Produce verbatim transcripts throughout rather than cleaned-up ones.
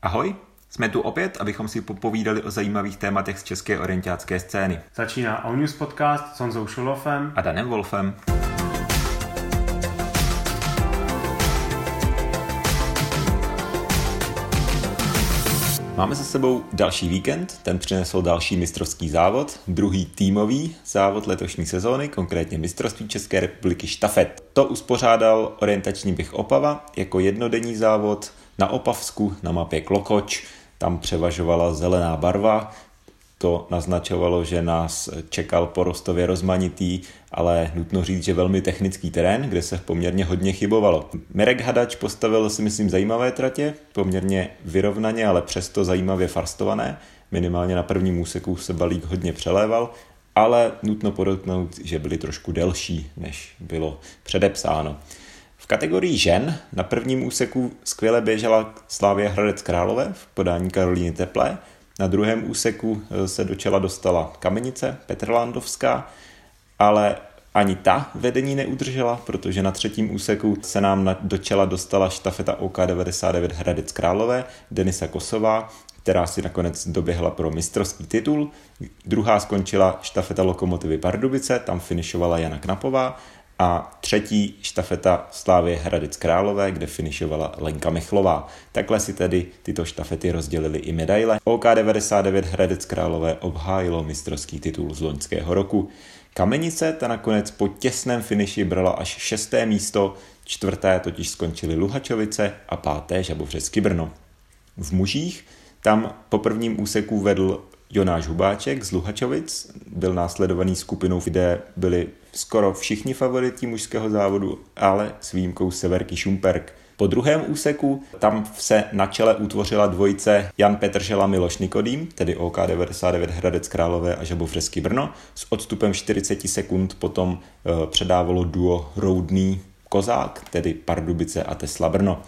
Ahoj, jsme tu opět, abychom si popovídali o zajímavých tématech z české orientácké scény. Začíná O News podcast s Honzou Šulhofem a Danem Wolfem. Máme za sebou další víkend, ten přinesl další mistrovský závod, druhý týmový závod letošní sezóny, konkrétně mistrovství České republiky štafet. To uspořádal orientační běh Opava jako jednodenní závod na Opavsku na mapě Klokoč. Tam převažovala zelená barva, to naznačovalo, že nás čekal porostově rozmanitý, ale nutno říct, že velmi technický terén, kde se poměrně hodně chybovalo. Mirek Hadač postavil si myslím zajímavé tratě, poměrně vyrovnaně, ale přesto zajímavě farstované. Minimálně na prvním úseku se balík hodně přeléval, ale nutno podotknout, že byly trošku delší, než bylo předepsáno. V kategorii žen na prvním úseku skvěle běžela Slavia Hradec Králové v podání Karolíny Teplé. Na druhém úseku se do čela dostala Kamenice Petrlandovská, ale ani ta vedení neudržela, protože na třetím úseku se nám do čela dostala štafeta O K devadesát devět Hradec Králové Denisa Kosová, která si nakonec doběhla pro mistrovský titul. Druhá skončila štafeta Lokomotivy Pardubice, tam finišovala Jana Knapová. A třetí štafeta Slavie Hradec Králové, kde finišovala Lenka Michlová. Takhle si tedy tyto štafety rozdělily i medaile. O K devadesát devět Hradec Králové obhájilo mistrovský titul z loňského roku. Kamenice ta nakonec po těsném finiši brala až šesté místo, čtvrté totiž skončily Luhačovice a páté Žabovřesky Brno. V mužích tam po prvním úseku vedl Jonáš Hubáček z Luhačovic, byl následovaný skupinou, kde byli skoro všichni favoriti mužského závodu, ale s výjimkou Severky Šumperk. Po druhém úseku tam se na čele utvořila dvojice Jan Petržela Miloš Nikodým, tedy O K devadesát devět Hradec Králové a Žabovřesky Brno. S odstupem čtyřicet sekund potom e, předávalo duo Roudný Kozák, tedy Pardubice a Tesla Brno.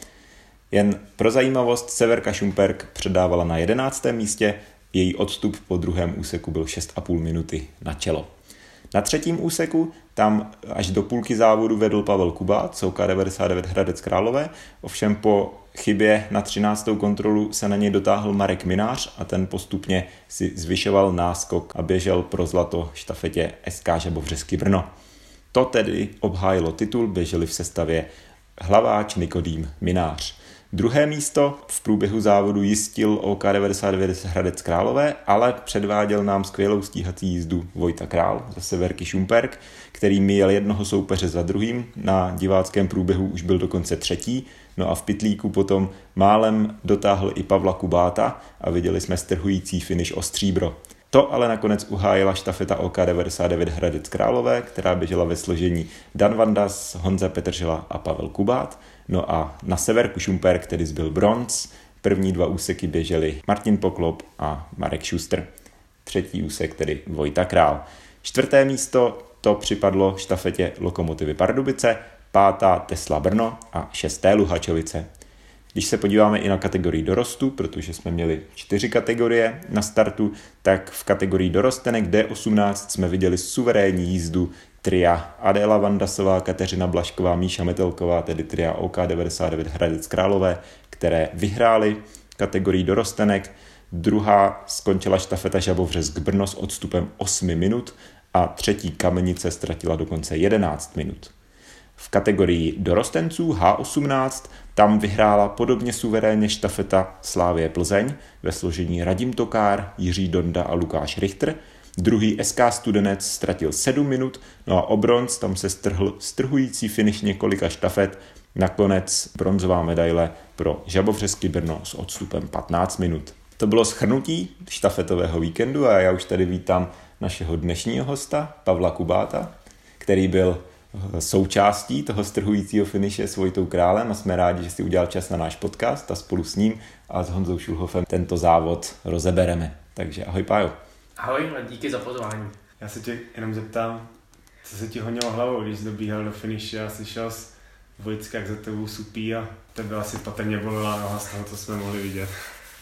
Jen pro zajímavost Severka Šumperk předávala na jedenáctém místě, její odstup po druhém úseku byl šest a půl minuty na čelo. Na třetím úseku tam až do půlky závodu vedl Pavel Kubát z O K devadesát devět Hradec Králové, ovšem po chybě na třináctou kontrolu se na něj dotáhl Marek Minář a ten postupně si zvyšoval náskok a běžel pro zlato štafetě S K Žabovřesky Brno. To tedy obhájilo titul, běželi v sestavě Hlaváč, Nikodým, Minář. Druhé místo v průběhu závodu jistil O K devadesát devět Hradec Králové, ale předváděl nám skvělou stíhací jízdu Vojta Král ze Severky Šumperk, který míjel jednoho soupeře za druhým, na diváckém průběhu už byl dokonce třetí, no a v pytlíku potom málem dotáhl i Pavla Kubáta a viděli jsme strhující finiš o stříbro. To ale nakonec uhájila štafeta O K devadesát devět Hradec Králové, která běžela ve složení Dan Vandas, Honza Petržela a Pavel Kubát. No a na Severku Šumperk tedy zbyl bronz. První dva úseky běželi Martin Poklop a Marek Šustr. Třetí úsek tedy Vojta Král. Čtvrté místo to připadlo štafetě Lokomotivy Pardubice, pátá Tesla Brno a šesté Luhačovice. Když se podíváme i na kategorii dorostu, protože jsme měli čtyři kategorie na startu, tak v kategorii dorostenek D osmnáct jsme viděli suverénní jízdu tria Adéla Vandasová, Kateřina Blašková, Míša Metelková, tedy tria O K devadesát devět Hradec Králové, které vyhrály kategorii dorostenek. Druhá skončila štafeta Žabovřesk Brno s odstupem osm minut a třetí Kamenice ztratila dokonce jedenáct minut. V kategorii dorostenců H osmnáct tam vyhrála podobně suverénně štafeta Slavie Plzeň ve složení Radim Tokár, Jiří Donda a Lukáš Richter. Druhý S K Studenec ztratil sedm minut, no a o bronz tam se strhl strhující finiš několika štafet, nakonec bronzová medaile pro Žabovřesky Brno s odstupem patnáct minut. To bylo shrnutí štafetového víkendu a já už tady vítám našeho dnešního hosta, Pavla Kubáta, který byl součástí toho strhujícího finiše s Vojtou Králem a jsme rádi, že si udělal čas na náš podcast a spolu s ním a s Honzou Šulhofem tento závod rozebereme. Takže ahoj Pájo. Ahoj a díky za pozvání. Já se tě jenom zeptám, co se ti honilo hlavou, když jsi dobíhal do finiše a slyšel jsi Vojtka, jak za tebou supí a tebe asi patrně bolela noha z toho, co jsme mohli vidět.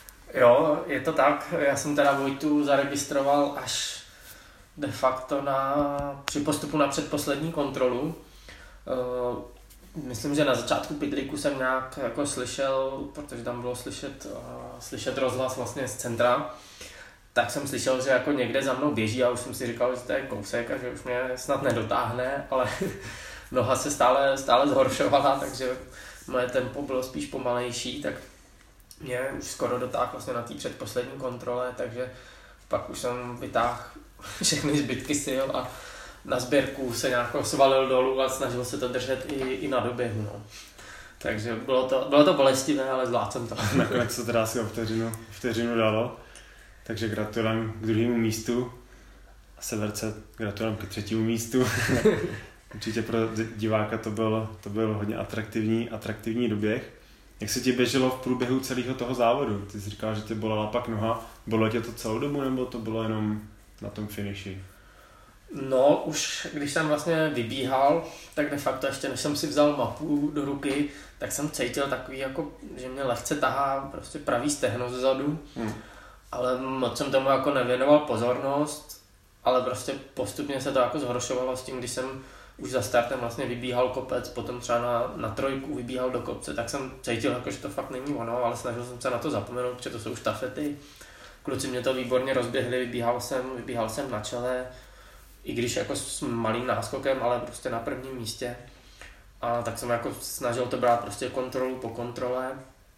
Jo, je to tak. Já jsem teda Vojtu zaregistroval až de facto na, při postupu na předposlední kontrolu. Myslím, že na začátku pitlíku jsem nějak jako slyšel, protože tam bylo slyšet, uh, slyšet rozhlas vlastně z centra, tak jsem slyšel, že jako někde za mnou běží a už jsem si říkal, že to je kousek a že už mě snad nedotáhne, ale noha se stále, stále zhoršovala, takže moje tempo bylo spíš pomalejší, tak mě už skoro dotáhl vlastně na té předposlední kontrole, takže pak už jsem vytáhl všechny zbytky sil a na sběrku se nějak svalil dolů a snažil se to držet i, i na doběhu. No. Takže bylo to, bylo to bolestivé, ale zvládl jsem to. Nakonec se teda asi o vteřinu, vteřinu dalo, takže gratulujem k druhému místu a Severce gratulujem k třetímu místu. Určitě pro diváka to byl, to byl hodně atraktivní, atraktivní doběh. Jak se ti běželo v průběhu celého toho závodu? Ty jsi říkal, že tě bolela pak noha. Bylo tě to celou dobu, nebo to bylo jenom na tom finiši? No, už když jsem vlastně vybíhal, tak de facto ještě než jsem si vzal mapu do ruky, tak jsem cítil takový, jako, že mě lehce tahá prostě pravý stehno zezadu. Hmm. Ale moc jsem tomu jako nevěnoval pozornost, ale prostě postupně se to jako zhoršovalo s tím, když jsem už za startem vlastně vybíhal kopec, potom třeba na, na trojku vybíhal do kopce, tak jsem cítil, jako, že to fakt není ono, ale snažil jsem se na to zapomenout, protože to jsou štafety. Kluci mě to výborně rozběhli, vybíhal jsem, vybíhal jsem na čele, i když jako s malým náskokem, ale prostě na prvním místě. A tak jsem jako snažil to brát prostě kontrolu po kontrole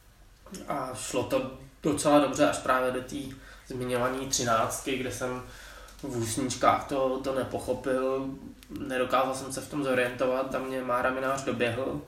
a šlo to docela dobře až právě do té zmiňované třináctky, kde jsem v úsničkách to, to nepochopil, nedokázal jsem se v tom zorientovat, tam mě Mára Minář doběhl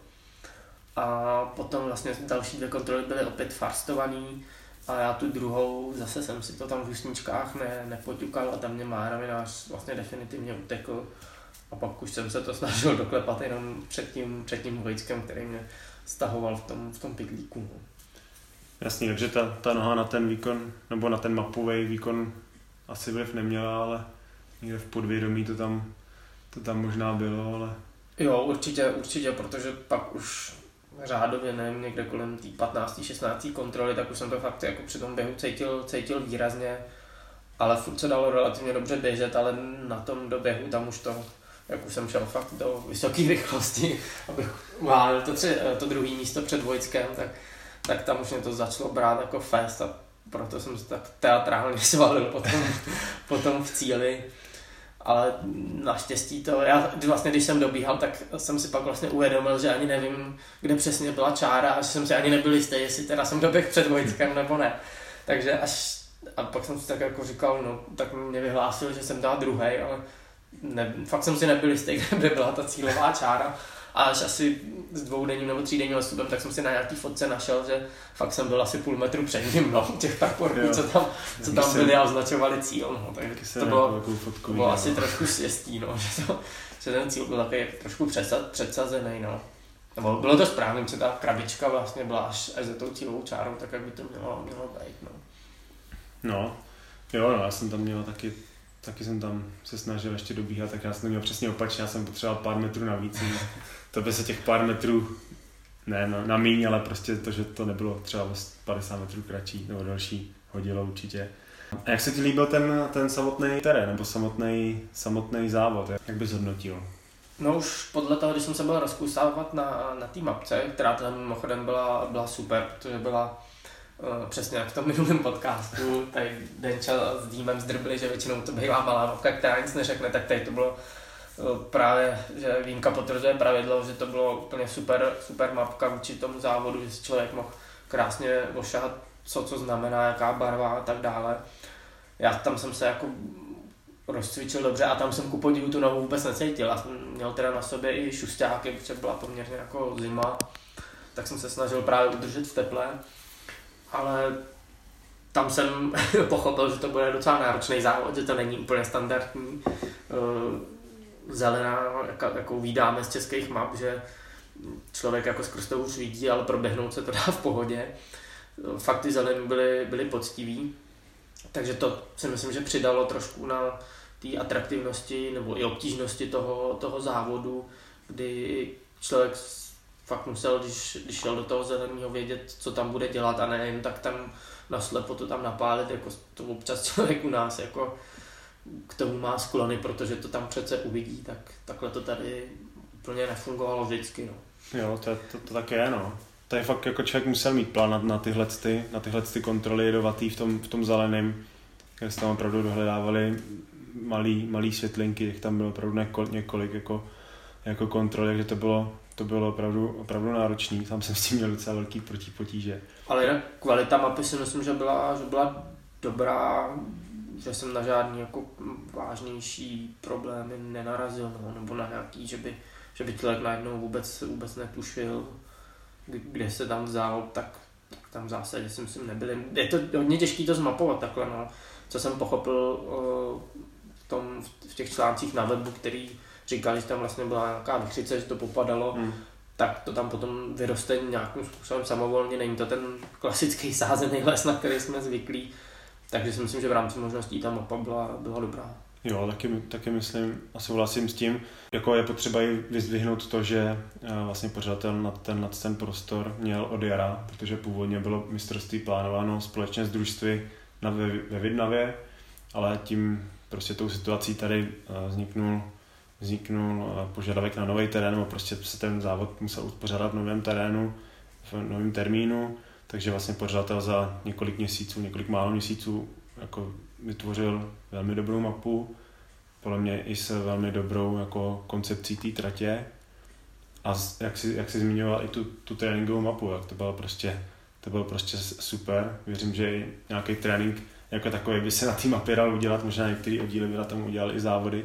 a potom vlastně další dvě kontroly byly opět farstovaný a já tu druhou zase jsem si to tam v úsničkách ne, nepoťukal a tam mě Mára Minář vlastně definitivně utekl a pak už jsem se to snažil doklepat jenom před tím, před tím Vojtskem, který mě stahoval v tom, v tom pitlíku. Jasně, takže ta, ta noha na ten výkon, nebo na ten mapový výkon asi vliv neměla, ale někde v podvědomí to tam, to tam možná bylo, ale... Jo, určitě, určitě, protože pak už řádově, nevím, někde kolem té patnácté šestnácté kontroly, tak už jsem to fakt jako při tom běhu cítil, cítil výrazně, ale furt se dalo relativně dobře běžet, ale na tom doběhu tam už to, jak už jsem šel fakt do vysoké rychlosti, abych uhájil to, tři, to druhé místo před Vojtskem, tak, tak tam už mě to začalo brát jako fest a proto jsem se tak teatrálně svalil potom, potom v cíli. Ale naštěstí to, já vlastně když jsem dobíhal, tak jsem si pak vlastně uvědomil, že ani nevím, kde přesně byla čára a že jsem si ani nebyl jistý, jestli teda jsem doběh před Vojtskem nebo ne. Takže až, a pak jsem si tak jako říkal, no tak mě vyhlásil, že jsem dal druhej, ale ne, fakt jsem si nebyl jistý, kde byla ta cílová čára. A až asi s dvoudenním nebo třídenním odstupem, tak jsem si na nějaký fotce našel, že fakt jsem byl asi půl metru před ním, no, těch parkourů, co tam, co tam byli a označovali cíl, no, takže to bylo, to bylo asi trošku štěstí, no, že, to, že ten cíl byl takový trošku předsad, předsazený, no. Nebo bylo to správně, že ta krabička vlastně byla až, až za tou cílovou čárou, tak jak by to mělo, mělo být, no. No, jo, no, já jsem tam měl taky, taky jsem tam se snažil ještě dobíhat, tak já jsem to měl přesně opačně, já jsem potřeboval pár metrů navíc. To by se těch pár metrů, ne no, na míň, ale prostě to, že to nebylo třeba padesát metrů kratší nebo další, hodilo určitě. A jak se ti líbil ten, ten samotný terén nebo samotný, samotný závod, jak bys hodnotil? No už podle toho, když jsem se byl rozkusávat na, na té mapce, která tam mimochodem byla, byla super, protože byla uh, přesně jak v tom minulém podcastu, tady Denča s Dýmem zdrbili, že většinou to bývá malá mapka, která nic neřekne, tak tady to bylo právě, že výjimka potvrzuje pravidlo, že to bylo úplně super, super mapka vůči tomu závodu, že si člověk mohl krásně ošahat, co co znamená, jaká barva a tak dále. Já tam jsem se jako rozcvičil dobře a tam jsem ku podivu tu nohu vůbec necítil. Já jsem měl teda na sobě i šustáky, protože byla poměrně jako zima, tak jsem se snažil právě udržet v teple, ale tam jsem pochopil, že to bude docela náročný závod, že to není úplně standardní zelená, jakou vídáme z českých map, že člověk jako skrz to už vidí, ale proběhnout se to dá v pohodě. Fakt ty zelený byly, byly poctiví, takže to si myslím, že přidalo trošku na té atraktivnosti nebo i obtížnosti toho, toho závodu, kdy člověk fakt musel, když, když šel do toho zeleného, vědět, co tam bude dělat a ne jen tak tam naslepo to tam napálit, jako to občas člověk u nás jako k tomu má sklony, protože to tam přece uvidí, tak takhle to tady úplně nefungovalo vždycky, no. Jo, to, to, to tak je, no. Tady fakt jako člověk musel mít plán na, na tyhle, ty, na tyhle ty kontroly jedovatý v tom, v tom zeleném, kde se tam opravdu dohledávali malý, malý světlinky, jak tam bylo opravdu několik, několik jako, jako kontrol, takže to bylo, to bylo opravdu, opravdu náročný. Tam jsem s tím měl docela velký protipotíže. Ale jinak kvalita mapy si myslím, že byla, že byla dobrá, že jsem na žádný jako vážnější problémy nenarazil, no, nebo na nějaký, že by, že by člověk najednou vůbec, vůbec netušil, kde se tam vzal, tak, tak tam v zásadě si myslím nebyli. Je to hodně těžké to zmapovat takhle, no. Co jsem pochopil v, tom, v těch článcích na webu, který říkali, že tam vlastně byla nějaká vychřice, že to popadalo, hmm. tak to tam potom vyroste nějakým způsobem samovolně, není to ten klasický sázený les, na který jsme zvyklí. Takže si myslím, že v rámci možností ta mapa byla, byla dobrá. Jo, taky, taky myslím a souhlasím s tím. Jako je potřeba i vyzdvihnout to, že vlastně pořadatel na ten, na ten prostor měl od jara, protože původně bylo mistrovství plánováno společně s družstvy na, ve, ve Vidnavě, ale tím prostě tou situací tady vzniknul, vzniknul požadavek na nový terén, nebo prostě se ten závod musel uspořádat v novém terénu, v novém termínu, takže vlastně pořadatel za několik měsíců, několik málo měsíců jako vytvořil velmi dobrou mapu, podle mě i s velmi dobrou jako koncepcí té tratě a jak si, jak si zmiňoval i tu, tu tréninkovou mapu, jak to bylo prostě, to bylo prostě super. Věřím, že i nějaký trénink jako takový by se na té mapě dal udělat, možná některý oddíly by na tom udělali i závody,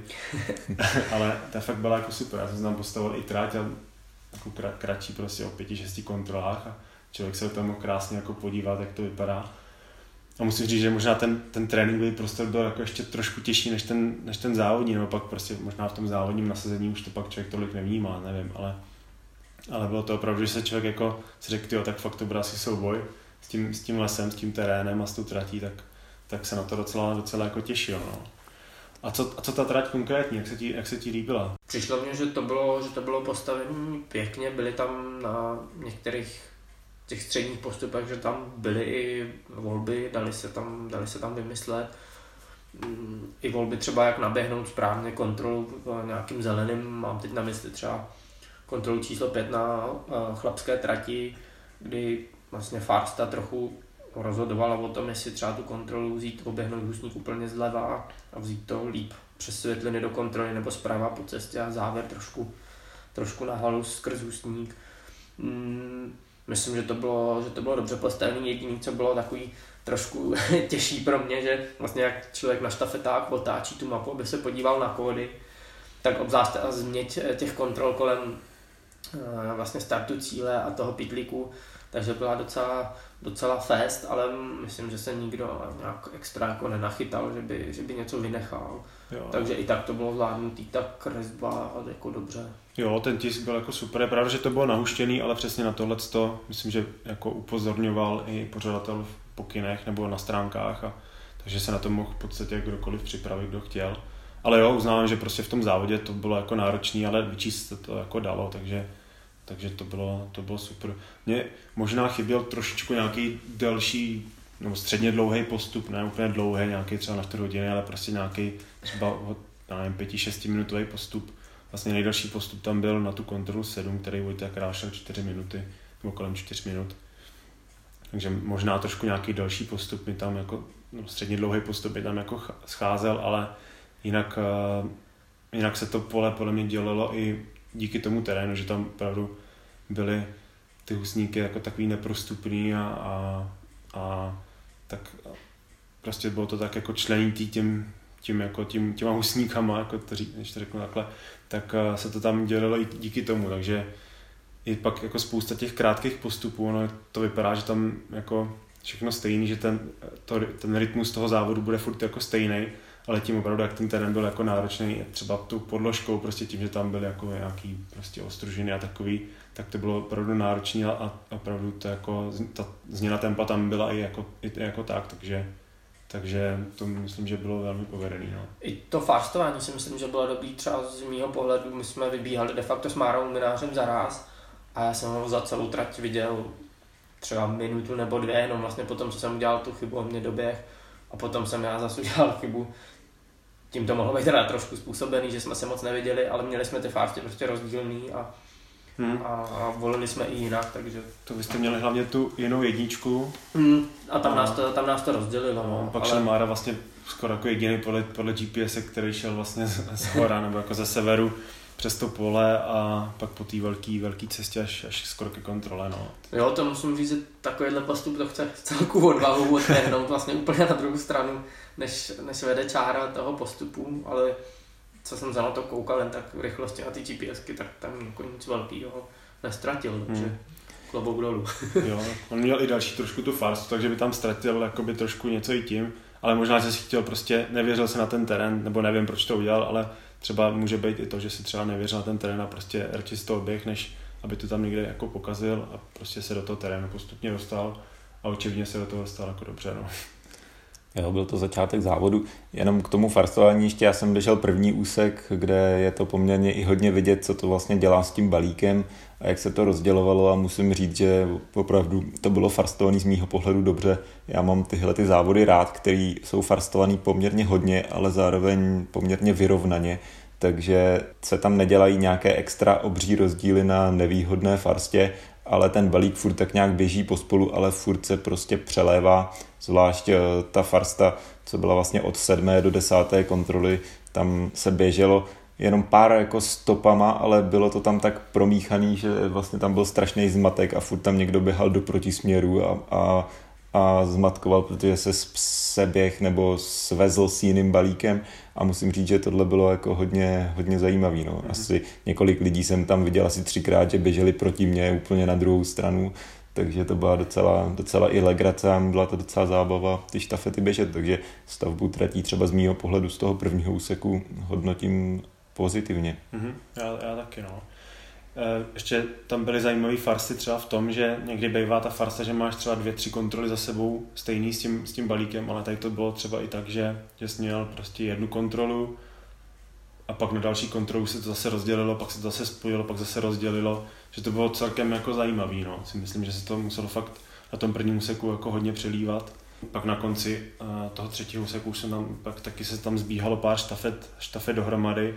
ale ta fakt byla jako super. Já jsem tam postavil i trať a jako kratší prostě o pěti, šesti kontrolách a člověk se tam mohl krásně jako podívat, jak to vypadá. A musím říct, že možná ten, ten tréninkový prostor byl jako ještě trošku těžší než ten, než ten závodní, nebo pak prostě možná v tom závodním nasazení už to pak člověk tolik nevnímá, nevím, ale, ale bylo to opravdu, že se člověk jako si řekl, tyjo, tak fakt to bude asi souboj s tím, s tím lesem, s tím terénem a s tou tratí, tak, tak se na to docela, docela jako těšil. No. A co, a co ta trať konkrétně, jak se ti, jak se ti líbila? Přišlo mně, že to bylo, že to bylo postavené pěkně, byly tam na některých těch středních postupech, že tam byly i volby, dali se tam, dali se tam vymyslet. I volby třeba jak naběhnout správně kontrolu nějakým zeleným, mám teď na mysli třeba kontrolu číslo pět na chlapské trati, kdy vlastně Farsta trochu rozhodovala o tom, jestli třeba tu kontrolu vzít, oběhnout husník úplně zleva a vzít to líp přes světliny do kontroly nebo zprava po cestě a závěr trošku, trošku na halu skrz husník. Myslím, že to bylo, že to bylo dobře postavené. Jediné, co bylo takový trošku těžší pro mě, že vlastně jak člověk na štafetách otáčí tu mapu, aby se podíval na kódy, tak obzvlášť a změť těch kontrol kolem vlastně startu cíle a toho pitlíku, takže byla docela, docela fest, ale myslím, že se nikdo nějak extra jako nenachytal, že by, že by něco vynechal. Jo. Takže i tak to bylo zvládnutý, ta kresba jako dobře. Jo, ten tisk byl jako super, je pravda, že to bylo nahuštěný, ale přesně na tohleto myslím, že jako upozorňoval i pořadatel v pokynech nebo na stránkách, a takže se na to mohl v podstatě kdokoliv připravit, kdo chtěl. Ale jo, uznávám, že prostě v tom závodě to bylo jako náročný, ale vyčíst to, to jako dalo, takže, takže to bylo, to bylo super. Mně možná chyběl trošičku nějaký delší nebo středně dlouhý postup, ne úplně dlouhý, nějaký třeba na čtyři hodiny, ale prostě nějaký třeba nevím, pěti, šestiminutový postup. Vlastně nejdelší postup tam byl na tu kontrolu sedm, který Vojta krášel čtyři minuty, nebo kolem čtyř minut. Takže možná trošku nějaký další postup mi tam jako, no, středně dlouhý postup mi tam jako scházel, ale jinak, uh, jinak se to pole podle mě dělalo i díky tomu terénu, že tam opravdu byly ty husníky jako takový neprostupný a, a, a tak prostě bylo to tak jako členitý tím, tím jako tím, těma husníkama, jako to řík, když to řeknu takhle, tak uh, se to tam dělalo i díky tomu, takže i pak jako spousta těch krátkých postupů, ono to vypadá, že tam jako všechno stejný, že ten, to, ten rytmus toho závodu bude furt jako stejný, ale tím opravdu, jak ten terén byl jako náročný, třeba tou podložkou, prostě tím, že tam byly jako nějaký prostě ostružiny a takový, tak to bylo opravdu náročný a, a opravdu to jako, ta změna tempa tam byla i jako, i jako tak, takže Takže to myslím, že bylo velmi povedený. No. I to fastování si myslím, že bylo dobrý třeba z mýho pohledu. My jsme vybíhali de facto s Márou Minářem za ráz a já jsem ho za celou trať viděl třeba minutu nebo dvě, jenom vlastně potom, co jsem udělal tu chybu, on mě doběh a potom jsem já zase udělal chybu. Tím to mohlo být teda trošku způsobený, že jsme se moc neviděli, ale měli jsme ty fasty prostě rozdílný a hmm. a, a volili jsme i jinak, takže... To vy jste měli hlavně tu jinou jedničku. Hmm. A tam, a... Nás to, tam nás to rozdělilo. No. Pak ale... šel Mára vlastně skoro jako jediný podle, podle G P S, který šel vlastně z, z hora nebo jako ze severu přes to pole a pak po té velké velký cestě až, až skoro ke kontrole. No. Jo, to musím říct, že takovýhle postup to chce celku odvahu odtrhnout vlastně úplně na druhou stranu, než, než vede čára toho postupu, ale co jsem za na to koukal, jen tak v rychlosti na ty GPSky, tak tam jako nic velkého nestratil, takže hmm. klobouk dolů. Jo, on měl i další trošku tu farsu, takže by tam ztratil jakoby trošku něco i tím, ale možná, že si chtěl prostě, nevěřil se na ten terén, nebo nevím, proč to udělal, ale třeba může být i to, že si třeba nevěřil na ten terén a prostě radši z toho běh, než aby to tam někde jako pokazil a prostě se do toho terénu postupně dostal a očividně se do toho dostal jako dobře. No. Jo, byl to začátek závodu. Jenom k tomu farsování ještě já jsem běžel první úsek, kde je to poměrně i hodně vidět, co to vlastně dělá s tím balíkem a jak se to rozdělovalo a musím říct, že opravdu to bylo farstovaný z mýho pohledu dobře. Já mám tyhle ty závody rád, které jsou farstovaný poměrně hodně, ale zároveň poměrně vyrovnaně, takže se tam nedělají nějaké extra obří rozdíly na nevýhodné farstě, ale ten balík furt tak nějak běží pospolu, ale furt se prostě přelévá, zvlášť ta farsta, co byla vlastně od sedmé do desáté kontroly, tam se běželo jenom pár jako stopama, ale bylo to tam tak promíchaný, že vlastně tam byl strašný zmatek a furt tam někdo běhal do protisměru a, a, a zmatkoval, protože se seběh nebo svezl s jiným balíkem a musím říct, že tohle bylo jako hodně, hodně zajímavý. No. Asi několik lidí jsem tam viděl asi třikrát, že běželi proti mně úplně na druhou stranu, takže to byla docela, docela i legrace a byla to docela zábava ty štafety běžet, takže stavbu tratí třeba z mýho pohledu z toho prvního úseku hodnotím pozitivně. Mm-hmm. Já, já taky, no. Ještě tam byly zajímavé farsy třeba v tom, že někdy bývá ta farsa, že máš třeba dvě, tři kontroly za sebou stejný s tím, s tím balíkem, ale tady to bylo třeba i tak, že, že jsi měl prostě jednu kontrolu a pak na další kontrolu se to zase rozdělilo, pak se to zase spojilo, pak zase rozdělilo, že to bylo celkem jako zajímavý, no. Si myslím, že se to muselo fakt na tom prvním úseku jako hodně přelívat. Pak na konci uh, toho třetího úseku už se tam, pak taky se tam zbíhalo pár štafet, štafet dohromady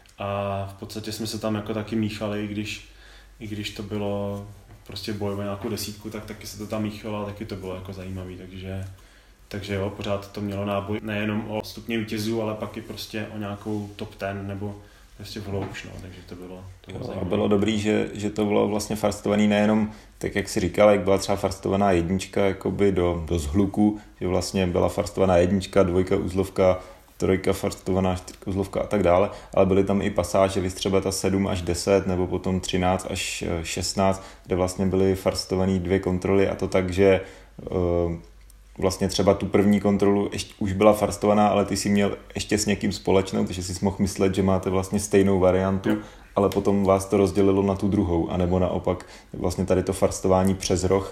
a v podstatě jsme se tam jako taky míchali, i když, i když to bylo prostě boj o nějakou desítku, tak taky se to tam míchalo a taky to bylo jako zajímavý, takže, takže jo, pořád to mělo náboj nejenom o stupně vítězů, ale pak i prostě o nějakou top deset nebo prostě v hlouš, no, takže to bylo, to bylo jo, a bylo dobrý, že, že to bylo vlastně farstovaný nejenom tak, jak si říkal, jak byla třeba farstovaná jednička jakoby do, do zhluku, že vlastně byla farstovaná jednička, dvojka uzlovka, trojka farstovaná, čtyřka uzlovka a tak dále, ale byly tam i pasáže, vys třeba ta sedm až deset nebo potom třináct až šestnáct, kde vlastně byly farstované dvě kontroly a to tak, že uh, vlastně třeba tu první kontrolu ještě už byla farstovaná, ale ty si měl ještě s někým společnou, takže si mohl myslet, že máte vlastně stejnou variantu, jo. Ale potom vás to rozdělilo na tu druhou, anebo naopak vlastně tady to farstování přes roh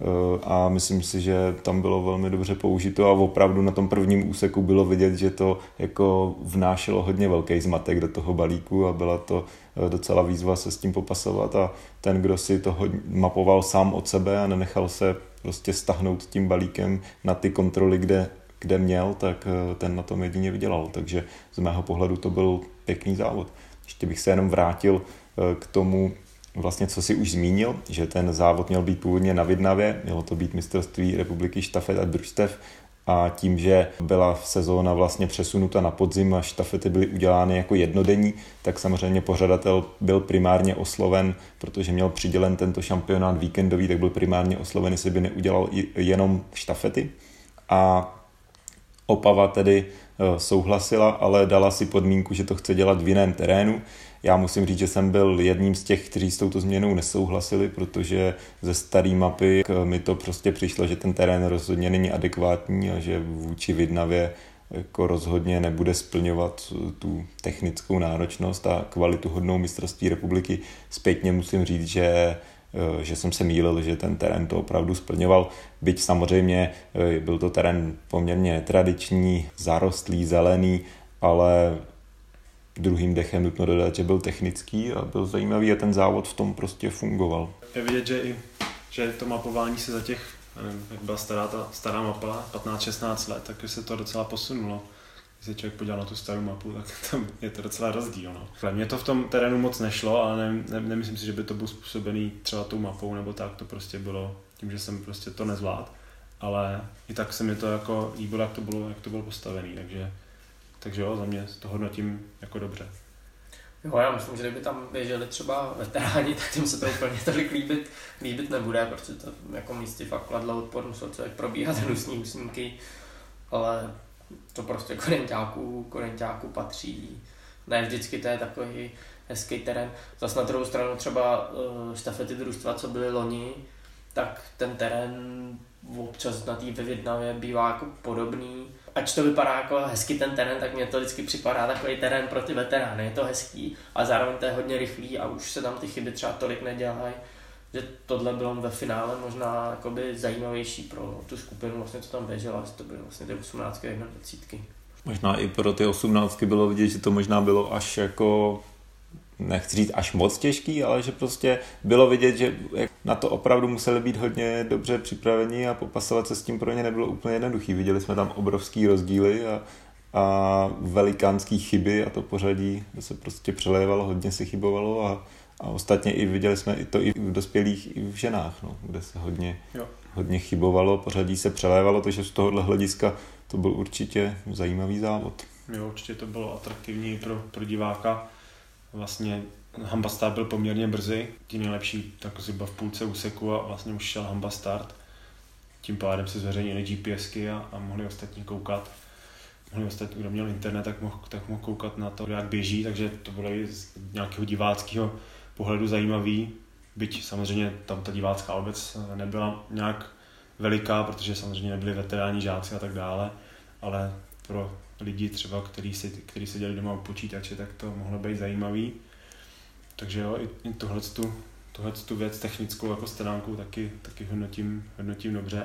a myslím si, že tam bylo velmi dobře použito a opravdu na tom prvním úseku bylo vidět, že to jako vnášelo hodně velký zmatek do toho balíku a byla to docela výzva se s tím popasovat a ten, kdo si to mapoval sám od sebe a nenechal se prostě stahnout tím balíkem na ty kontroly, kde, kde měl, tak ten na tom jedině vydělal, takže z mého pohledu to byl pěkný závod. Ještě bych se jenom vrátil k tomu, vlastně co si už zmínil, že ten závod měl být původně na Vidnavě, mělo to být mistrovství republiky štafet a družstev a tím, že byla sezóna vlastně přesunuta na podzim a štafety byly udělány jako jednodenní, tak samozřejmě pořadatel byl primárně osloven, protože měl přidělen tento šampionát víkendový, tak byl primárně osloven, jestli by neudělal jenom štafety a Opava tedy souhlasila, ale dala si podmínku, že to chce dělat v jiném terénu. Já musím říct, že jsem byl jedním z těch, kteří s touto změnou nesouhlasili, protože ze staré mapy mi to prostě přišlo, že ten terén rozhodně není adekvátní a že vůči Vidnavě jako rozhodně nebude splňovat tu technickou náročnost a kvalitu hodnou mistrovství republiky. Zpětně musím říct, že že jsem se mýlil, že ten terén to opravdu splňoval, byť samozřejmě byl to terén poměrně netradiční, zarostlý, zelený, ale druhým dechem nutno dodat, že byl technický a byl zajímavý a ten závod v tom prostě fungoval. Je vidět, že i že to mapování se za těch, nevím, jak byla stará ta stará mapa, patnáct šestnáct let, tak se to docela posunulo. když se člověk podíval na tu starou mapu, tak tam je to docela rozdíl. No. Mně to v tom terénu moc nešlo, ale ne, ne, nemyslím si, že by to bylo způsobený třeba tou mapou, nebo tak, to prostě bylo tím, že jsem prostě to nezvládl. Ale i tak se mi to jako líbilo, jak to bylo, jak to bylo postavený, takže, takže jo, za mě to hodnotím jako dobře. Jo, já myslím, že kdyby tam běželi třeba veteráni, tak tím se to úplně tolik líbit, líbit nebude, protože to jako místě fakt kladlo odpor, musel člověk probíhat hnusný husínky, ale to prostě korenťáků, korenťáků patří. Ne vždycky to je takový hezký terén. Zase na druhou stranu třeba uh, štafety družstva, co byly loni, tak ten terén občas na té ve Vidnavě bývá jako podobný. Ač to vypadá jako hezky ten terén, tak mně to vždycky připadá takový terén pro ty veterány. Je to hezký, ale zároveň to je hodně rychlý a už se tam ty chyby třeba tolik nedělají. Že tohle bylo ve finále možná jakoby zajímavější pro tu skupinu, vlastně co tam běžela, že to byly vlastně ty osmnáctky a dvacítky. Možná i pro ty osmnáctky bylo vidět, že to možná bylo až jako, nechci říct až moc těžký, ale že prostě bylo vidět, že na to opravdu museli být hodně dobře připraveni a popasovat se s tím pro ně nebylo úplně jednoduchý. Viděli jsme tam obrovský rozdíly a, a velikánský chyby a to pořadí se prostě přelévalo, hodně se chybovalo a, a ostatně i viděli jsme i to i v dospělých, i v ženách, no, kde se hodně, hodně chybovalo, pořadí se přelévalo, takže z tohohle hlediska to byl určitě zajímavý závod. Jo, určitě to bylo atraktivní pro, pro diváka. Vlastně Hamba Start byl poměrně brzy, ti nejlepší tak zhruba v půlce úseku a vlastně už šel Hamba Start. Tím pádem se zveřejnili GPSky a, a mohli ostatní koukat. Mohli ostatní, kdo měl internet, tak mohl, tak mohl koukat na to, jak běží, takže to bylo i z nějakého diváckého pohledu zajímavý. Byť samozřejmě tam ta divácká obec nebyla nějak veliká, protože samozřejmě nebyli veteráni žáci a tak dále, ale pro lidi třeba, kteří si, kteří seděli doma u počítače, tak to mohlo být zajímavý. Takže jo, i, i tohletu, tohletu věc technickou jako stránku taky, taky hodnotím, hodnotím dobře.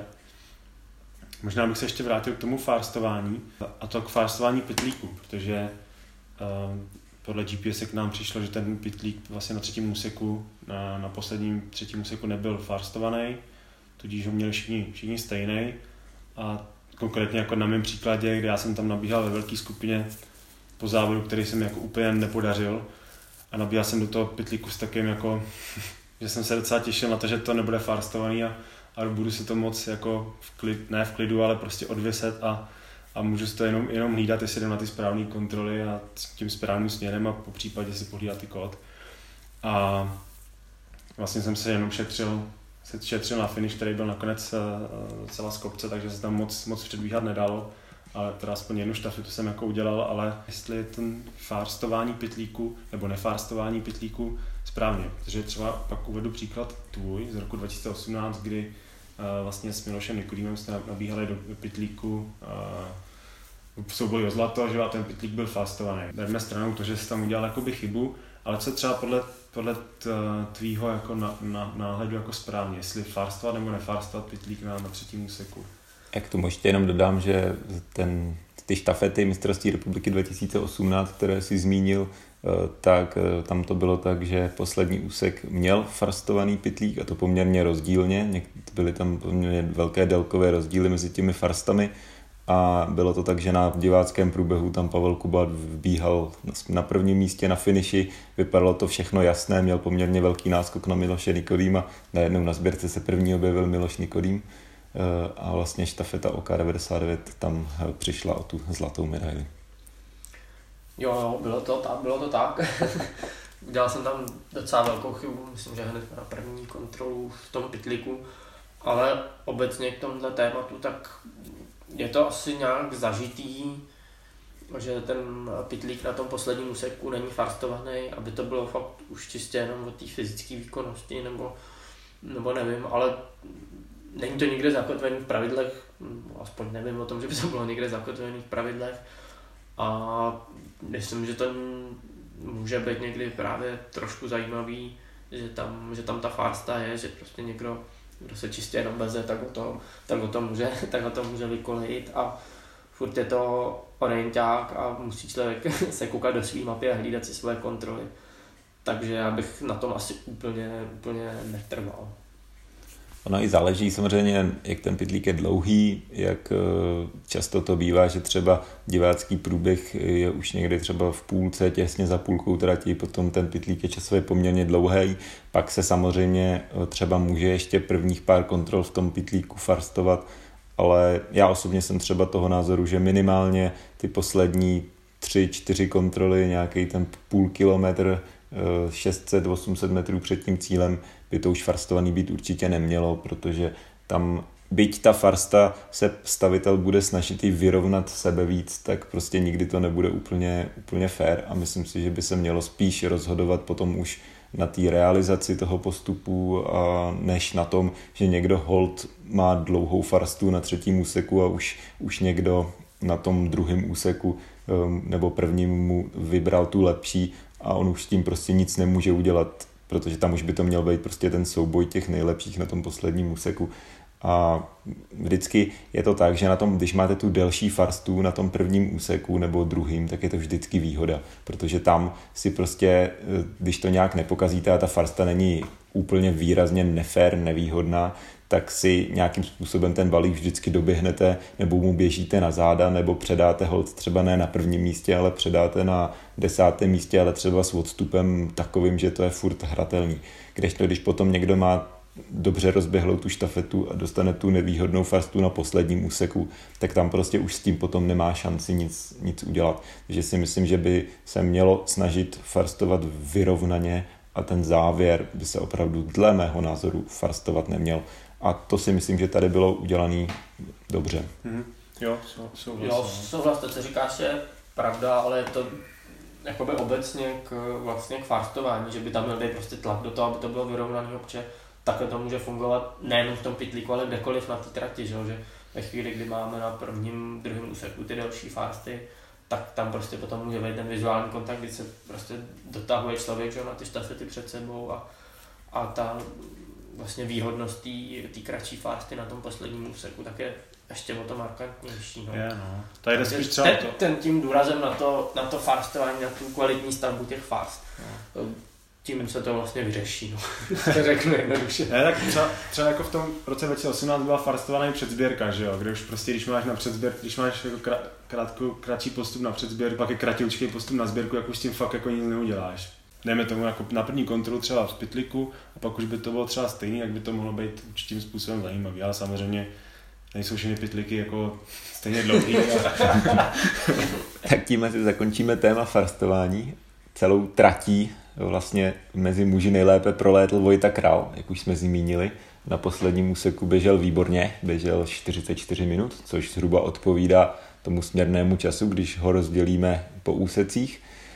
Možná bych se ještě vrátil k tomu farstování, a to k farstování pytlíku, protože uh, podle G P S k nám přišlo, že ten pytlík vlastně na třetím úseku, na, na posledním třetím úseku nebyl farstovaný, tudíž ho měli všichni, všichni stejný. A konkrétně jako na mém příkladě, kde já jsem tam nabíhal ve velké skupině po závodu, který jsem jako úplně nepodařil a nabíhal jsem do toho pytlíku s takým jako, že jsem se docela těšil na to, že to nebude farstovaný a, a budu si to moc jako v klid, ne v klidu, ale prostě odvěset a, a můžu si to jenom, jenom hlídat, jestli jdem na ty správné kontroly a tím správným směrem a po případě si pohlídat ty kód. A vlastně jsem se jenom šetřil se šetřil na finish, který byl nakonec uh, celá z kopce, takže se tam moc, moc předbíhat nedalo, ale teda aspoň jednu štafetu jsem jako udělal, ale jestli je ten farstování pytlíku nebo nefarstování pytlíku správně, protože třeba pak uvedu příklad tvůj z roku dva tisíce osmnáct, kdy uh, vlastně s Milošem Nikodýmem jste nabíhali do pytlíku uh, v souboji o zlato, že a ten pytlík byl farstovaný. Dejme stranou to, že jsi tam udělal jakoby chybu, ale co třeba podle podle tvýho jako na, na, náhledu jako správně, jestli farstovat nebo nefarstovat pytlík na, na třetím úseku? Jak tomu ještě jenom dodám, že ten, ty štafety mistrovství republiky dva tisíce osmnáct, které jsi zmínil, tak tam to bylo tak, že poslední úsek měl farstovaný pytlík a to poměrně rozdílně. Byly tam poměrně velké délkové rozdíly mezi těmi farstami a bylo to tak, že na diváckém průběhu tam Pavel Kuba vbíhal na prvním místě na finiši, vypadalo to všechno jasné, měl poměrně velký náskok na Miloše Nikodýma, najednou na sběrce se první objevil Miloš Nikodým a vlastně štafeta O K devadesát devět tam přišla o tu zlatou medaili. Jo, bylo to, ta, bylo to tak. Udělal jsem tam docela velkou chybu, myslím, že hned na první kontrolu v tom pytlíku, ale obecně k tomuhle tématu tak je to asi nějak zažitý, že ten pytlík na tom posledním úseku není farstovaný, aby to bylo fakt už čistě jenom o té fyzické výkonnosti, nebo, nebo nevím, ale není to nikde zakotvený v pravidlech, aspoň nevím o tom, že by to bylo někde zakotvený v pravidlech a myslím, že to může být někdy právě trošku zajímavý, že tam, že tam ta farsta je, že prostě někdo kdo se čistě jenom veze, tak o to, tak o to může, tak o to může vykolejit a furt je to orienták a musí člověk se koukat do svý mapy a hlídat si svoje kontroly. Takže já bych na tom asi úplně, úplně netrval. Ono i záleží samozřejmě, jak ten pytlík je dlouhý, jak často to bývá, že třeba divácký průběh je už někdy třeba v půlce, těsně za půlkou trati, potom ten pytlík je časově poměrně dlouhý, pak se samozřejmě třeba může ještě prvních pár kontrol v tom pytlíku farstovat, ale já osobně jsem třeba toho názoru, že minimálně ty poslední tři, čtyři kontroly, nějaký ten půl kilometr, šest set, osm set metrů před tím cílem by to už farstovaný být určitě nemělo, protože tam, byť ta farsta se stavitel bude snažit i vyrovnat sebe víc, tak prostě nikdy to nebude úplně, úplně fair a myslím si, že by se mělo spíš rozhodovat potom už na té realizaci toho postupu, a než na tom, že někdo hold má dlouhou farstu na třetím úseku a už, už někdo na tom druhém úseku nebo prvním mu vybral tu lepší a on už s tím prostě nic nemůže udělat, protože tam už by to měl být prostě ten souboj těch nejlepších na tom posledním úseku. A vždycky je to tak, že na tom, když máte tu delší farstu na tom prvním úseku nebo druhým, tak je to vždycky výhoda, protože tam si prostě, když to nějak nepokazíte a ta farsta není úplně výrazně nefér, nevýhodná, tak si nějakým způsobem ten balík vždycky doběhnete, nebo mu běžíte na záda, nebo předáte hold třeba ne na prvním místě, ale předáte na desátém místě, ale třeba s odstupem takovým, že to je furt hratelný. Kdežto, když potom někdo má dobře rozběhlou tu štafetu a dostane tu nevýhodnou farstu na posledním úseku, tak tam prostě už s tím potom nemá šanci nic, nic udělat. Takže si myslím, že by se mělo snažit farstovat vyrovnaně a ten závěr by se opravdu dle mého názoru farstovat neměl. A to si myslím, že tady bylo udělané dobře. Mm-hmm. Jo, souhlas. Jo, souhlas, to, co říkáš, je pravda, ale je to jakoby obecně k, vlastně k farstování, že by tam měl být prostě tlak do toho, aby to bylo vyrovnané, protože takhle to může fungovat nejenom v tom pytlíku, ale kdekoliv na té trati, že, že ve chvíli, kdy máme na prvním, druhém úseku ty delší farsty, tak tam prostě potom může být ten vizuální kontakt, kdy se prostě dotahuje člověk, že, na ty štafety před sebou a, a ta vlastně výhodnost té kratší farsty na tom posledním úseku tak je ještě o to markantnější. No. Je, no. Tady jde spíš třeba ten, to. ten tím důrazem na to, na to farstování, na tu kvalitní stavbu těch farst. No. Tím se to vlastně vyřeší, no. To řeknu jednoduše. Ne, tak třeba, třeba jako v tom roce dva tisíce osmnáct byla farstovaná předzběrka, že jo, kde už prostě, když máš na předzběr, když máš jako krát, krátkou, kratší postup na předzběr, pak je kratější postup na sběrku, jak už s tím fakt jako nic neuděláš. Dejme tomu jako na první kontrolu třeba v pytlíku a pak už by to bylo třeba stejný, jak by to mohlo být určitým způsobem zajímavý, ale samozřejmě nejsou všechny pytlíky jako stejně dlouhý. Tak tím asi zakončíme téma farstování. Celou tratí vlastně mezi muži nejlépe prolétl Vojta Král, jak už jsme zmínili. Na posledním úseku běžel výborně, běžel čtyřicet čtyři minut, což zhruba odpovídá tomu směrnému času, když ho rozdělíme po úsecích,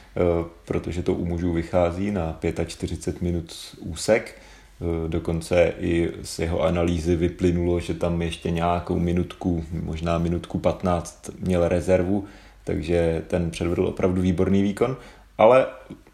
protože to u mužů vychází na čtyřicet pět minut úsek. Dokonce i z jeho analýzy vyplynulo, že tam ještě nějakou minutku, možná minutku patnáct měl rezervu, takže ten předvedl opravdu výborný výkon, ale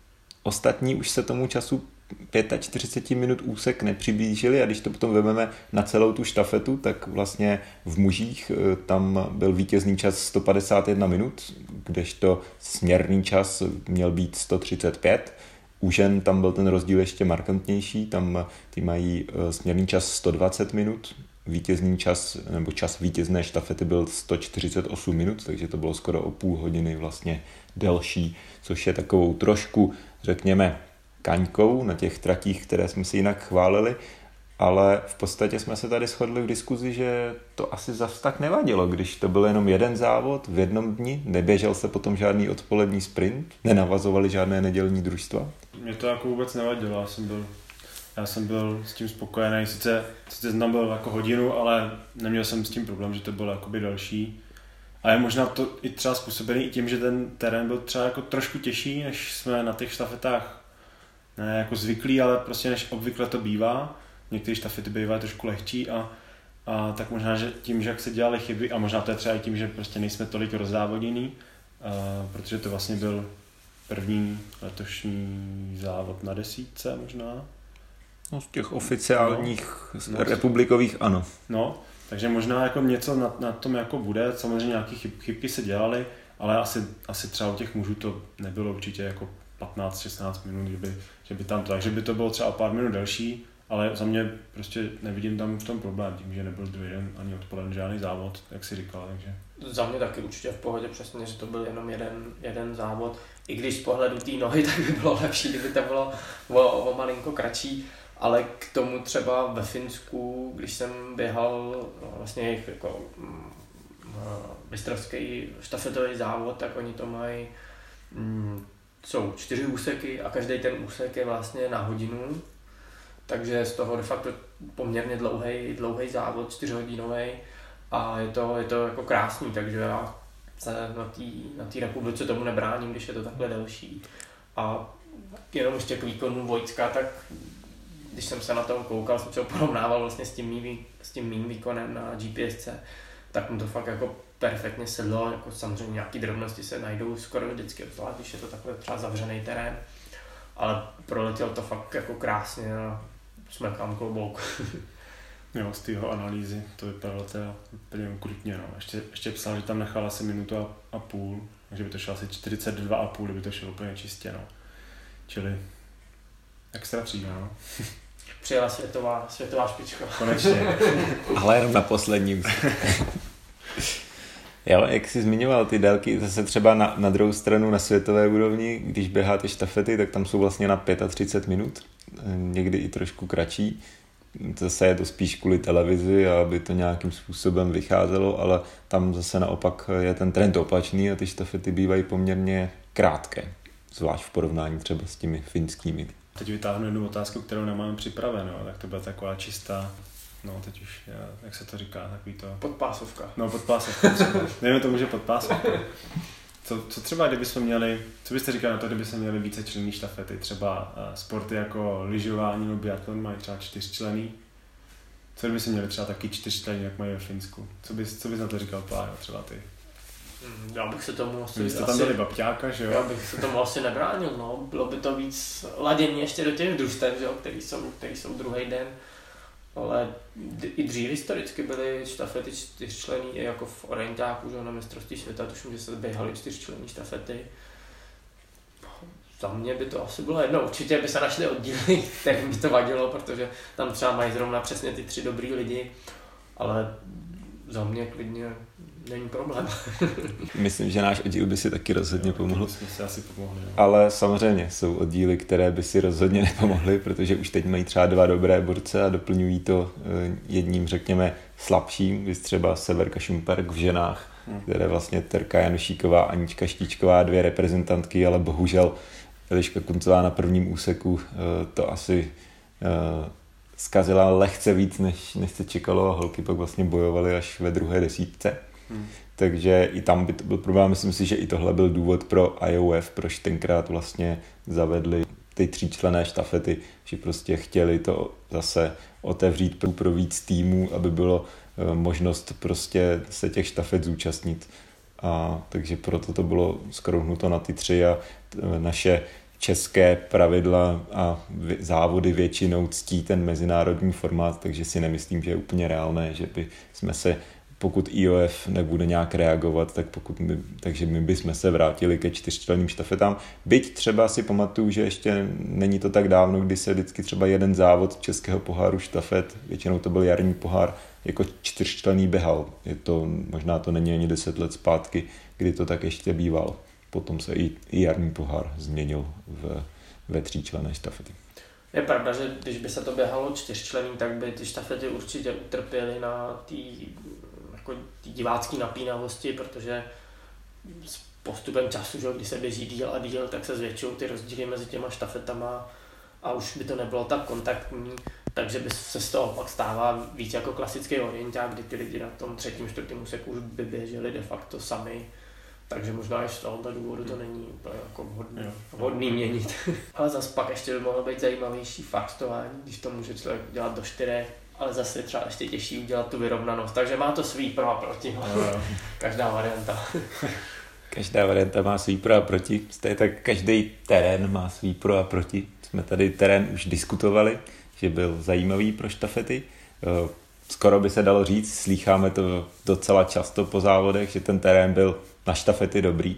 ostatní už se tomu času čtyřicet pět minut úsek nepřiblížili a když to potom vezmeme na celou tu štafetu, tak vlastně v mužích tam byl vítězný čas sto padesát jedna minut, kdežto směrný čas měl být sto třicet pět. U žen tam byl ten rozdíl ještě markantnější, tam ty mají směrný čas sto dvacet minut, vítězný čas nebo čas vítězné štafety byl sto čtyřicet osm minut, takže to bylo skoro o půl hodiny vlastně delší, což je takovou trošku, řekněme, kaňkou na těch tratích, které jsme si jinak chválili, ale v podstatě jsme se tady shodli v diskuzi, že to asi zas tak nevadilo, když to byl jenom jeden závod v jednom dni, neběžel se potom žádný odpolední sprint, nenavazovali žádné nedělní družstva. Mě to jako vůbec nevadilo, já jsem byl, já jsem byl s tím spokojený, sice, sice jsem tam byl jako hodinu, ale neměl jsem s tím problém, že to bylo jakoby další. A je možná to i třeba způsobený i tím, že ten terén byl třeba jako trošku těžší, než jsme na těch štafetách ne jako zvyklí, ale prostě než obvykle to bývá. Některé štafety bývají trošku lehčí a, a tak možná, že tím, že jak se dělaly chyby, a možná to je třeba i tím, že prostě nejsme tolik rozzávodění, protože to vlastně byl první letošní závod na desítce možná. No z těch oficiálních no, republikových ano. No, takže možná jako něco na, na tom jako bude, samozřejmě nějaké chyb, chybky se dělaly, ale asi, asi třeba u těch mužů to nebylo určitě jako patnáct šestnáct minut, že by, že by tam to, takže by to bylo třeba o pár minut delší, Ale za mě prostě nevidím tam v tom problém, tím, že nebyl druhý den ani odpoledne žádný závod, jak si říkal, takže... Za mě taky určitě v pohodě, přesně, že to byl jenom jeden, jeden závod. I když z pohledu té nohy, tak by bylo lepší, kdyby to bylo o, o malinko kratší. Ale k tomu třeba ve Finsku, když jsem běhal vlastně jejich jako mistrovský štafetový závod, tak oni to mají, mm, jsou čtyři úseky a každý ten úsek je vlastně na hodinu. Takže z toho de facto poměrně dlouhý, dlouhý závod, čtyřhodinový a je to, je to jako krásný, takže já se na té na té republice tomu nebráním, když je to takhle delší. A jenom ještě k výkonu Vojtka, tak když jsem se na to koukal, jsem se ho porovnával vlastně s tím mým, s tím mým výkonem na G P S C, tak mu to fakt jako perfektně sedlo, jako samozřejmě nějaký drobnosti se najdou skoro vždycky, obzvlášť když je to takhle třeba zavřený terén, ale proletěl to fakt jako krásně a smekám klobouk. Jo, z tého analýzy to vypadalo teda úplně ukrutně, no. Ještě, ještě psal, že tam nechal asi minutu a, a půl, takže by to šlo asi čtyřicet dva a půl, kdyby to šlo úplně čistě, no. Čili extra třída, no. Přijela světová, světová špička. Konečně. Ale jenom na posledním. Jo, jak jsi zmiňoval ty délky, zase třeba na, na druhou stranu na světové úrovni, když běháte štafety, tak tam jsou vlastně na třicet pět minut, někdy i trošku kratší. Zase je to spíš kvůli televizi, aby to nějakým způsobem vycházelo, ale tam zase naopak je ten trend opačný a ty štafety bývají poměrně krátké, zvlášť v porovnání třeba s těmi finskými. Teď vytáhnu jednu otázku, kterou nemáme připravenou, tak to byla taková čistá, no teď už, jak se to říká, takový to... Podpásovka. No podpásovka třeba, nevím, to může podpásovka. Co, co třeba, kdybychom měli, co byste říkali na to, kdybychom měli více členní štafety, třeba uh, sporty jako lyžování nebo biatlon mají třeba čtyřčlenný, co kdyby se měli třeba taky čtyřčlenný, jak mají ve Finsku, co bys, co bys na to říkal, Pájo, třeba ty? Já bych se tomu asi... Vy jste tam dali babťáka, že jo? Já bych se tomu asi nebránil, no. Bylo by to víc ladění ještě do těch družstev, že jo, který jsou, který jsou druhý den. Ale i dřív historicky byly štafety čtyřčlenný, i jako v orientáku, že jo, na mistrovství světa, tuším, že se běhaly čtyřčlenný štafety. Za mě by to asi bylo jedno, určitě by se našli oddíly, kterým by to vadilo, protože tam třeba mají zrovna přesně ty tři dobrý lidi, ale za mě klidně není problém. Myslím, že náš oddíl by si taky rozhodně jo, pomohl. Jsme si asi pomohli, jo. Ale samozřejmě jsou oddíly, které by si rozhodně nepomohly, protože už teď mají třeba dva dobré borce a doplňují to jedním, řekněme, slabším, vys třeba Severka Šumperk v ženách, hmm. které vlastně Terka Janušíková a Anička Štíčková, dvě reprezentantky, ale bohužel Eliška Kuncová na prvním úseku to asi zkazila lehce víc, než, než se čekalo a holky pak vlastně bojovaly až ve druhé desítce. Hmm. Takže i tam by to byl problém. Myslím si, že i tohle byl důvod pro I O F, proč tenkrát vlastně zavedli ty tříčlenné štafety, že prostě chtěli to zase otevřít pro, pro víc týmů, aby bylo e, možnost prostě se těch štafet zúčastnit. A takže proto to bylo skrouhnuto na ty tři a e, naše české pravidla a závody většinou ctí ten mezinárodní formát, takže si nemyslím, že je úplně reálné, že by jsme se, pokud I O F nebude nějak reagovat, tak pokud my, takže my bychom se vrátili ke čtyřčlenným štafetám. Byť třeba si pamatuju, že ještě není to tak dávno, kdy se vždycky třeba jeden závod českého poháru štafet, většinou to byl jarní pohár, jako čtyřčlenný běhal. Je to, možná to není ani deset let zpátky, kdy to tak ještě bývalo. Potom se i, i jarní pohár změnil v, ve tříčlenné štafety. Je pravda, že když by se to běhalo čtyřčlenný, tak by ty štafety určitě utrpěly na té jako divácké napínavosti, protože s postupem času, že, když se běží díl a díl, tak se zvětšují ty rozdíly mezi těma štafetama a už by to nebylo tak kontaktní, takže by se z toho pak stává víc jako klasický orienták, kdy ty lidi na tom třetím, čtvrtém úseku už by běželi de facto sami. Takže možná i z tohoto důvodu to není úplně jako vhodný, vhodný měnit. Ale zase pak ještě by mohlo být zajímavější faktování, když to může člověk dělat do čtyřech, ale zase třeba ještě těžší udělat tu vyrovnanost. Takže má to svý pro a proti. Každá varianta. Každá varianta má svý pro a proti. Stejně tak každý terén má svý pro a proti. Jsme tady terén už diskutovali, že byl zajímavý pro štafety. Skoro by se dalo říct, slýcháme to docela často po závodech, že ten terén byl na štafety dobrý.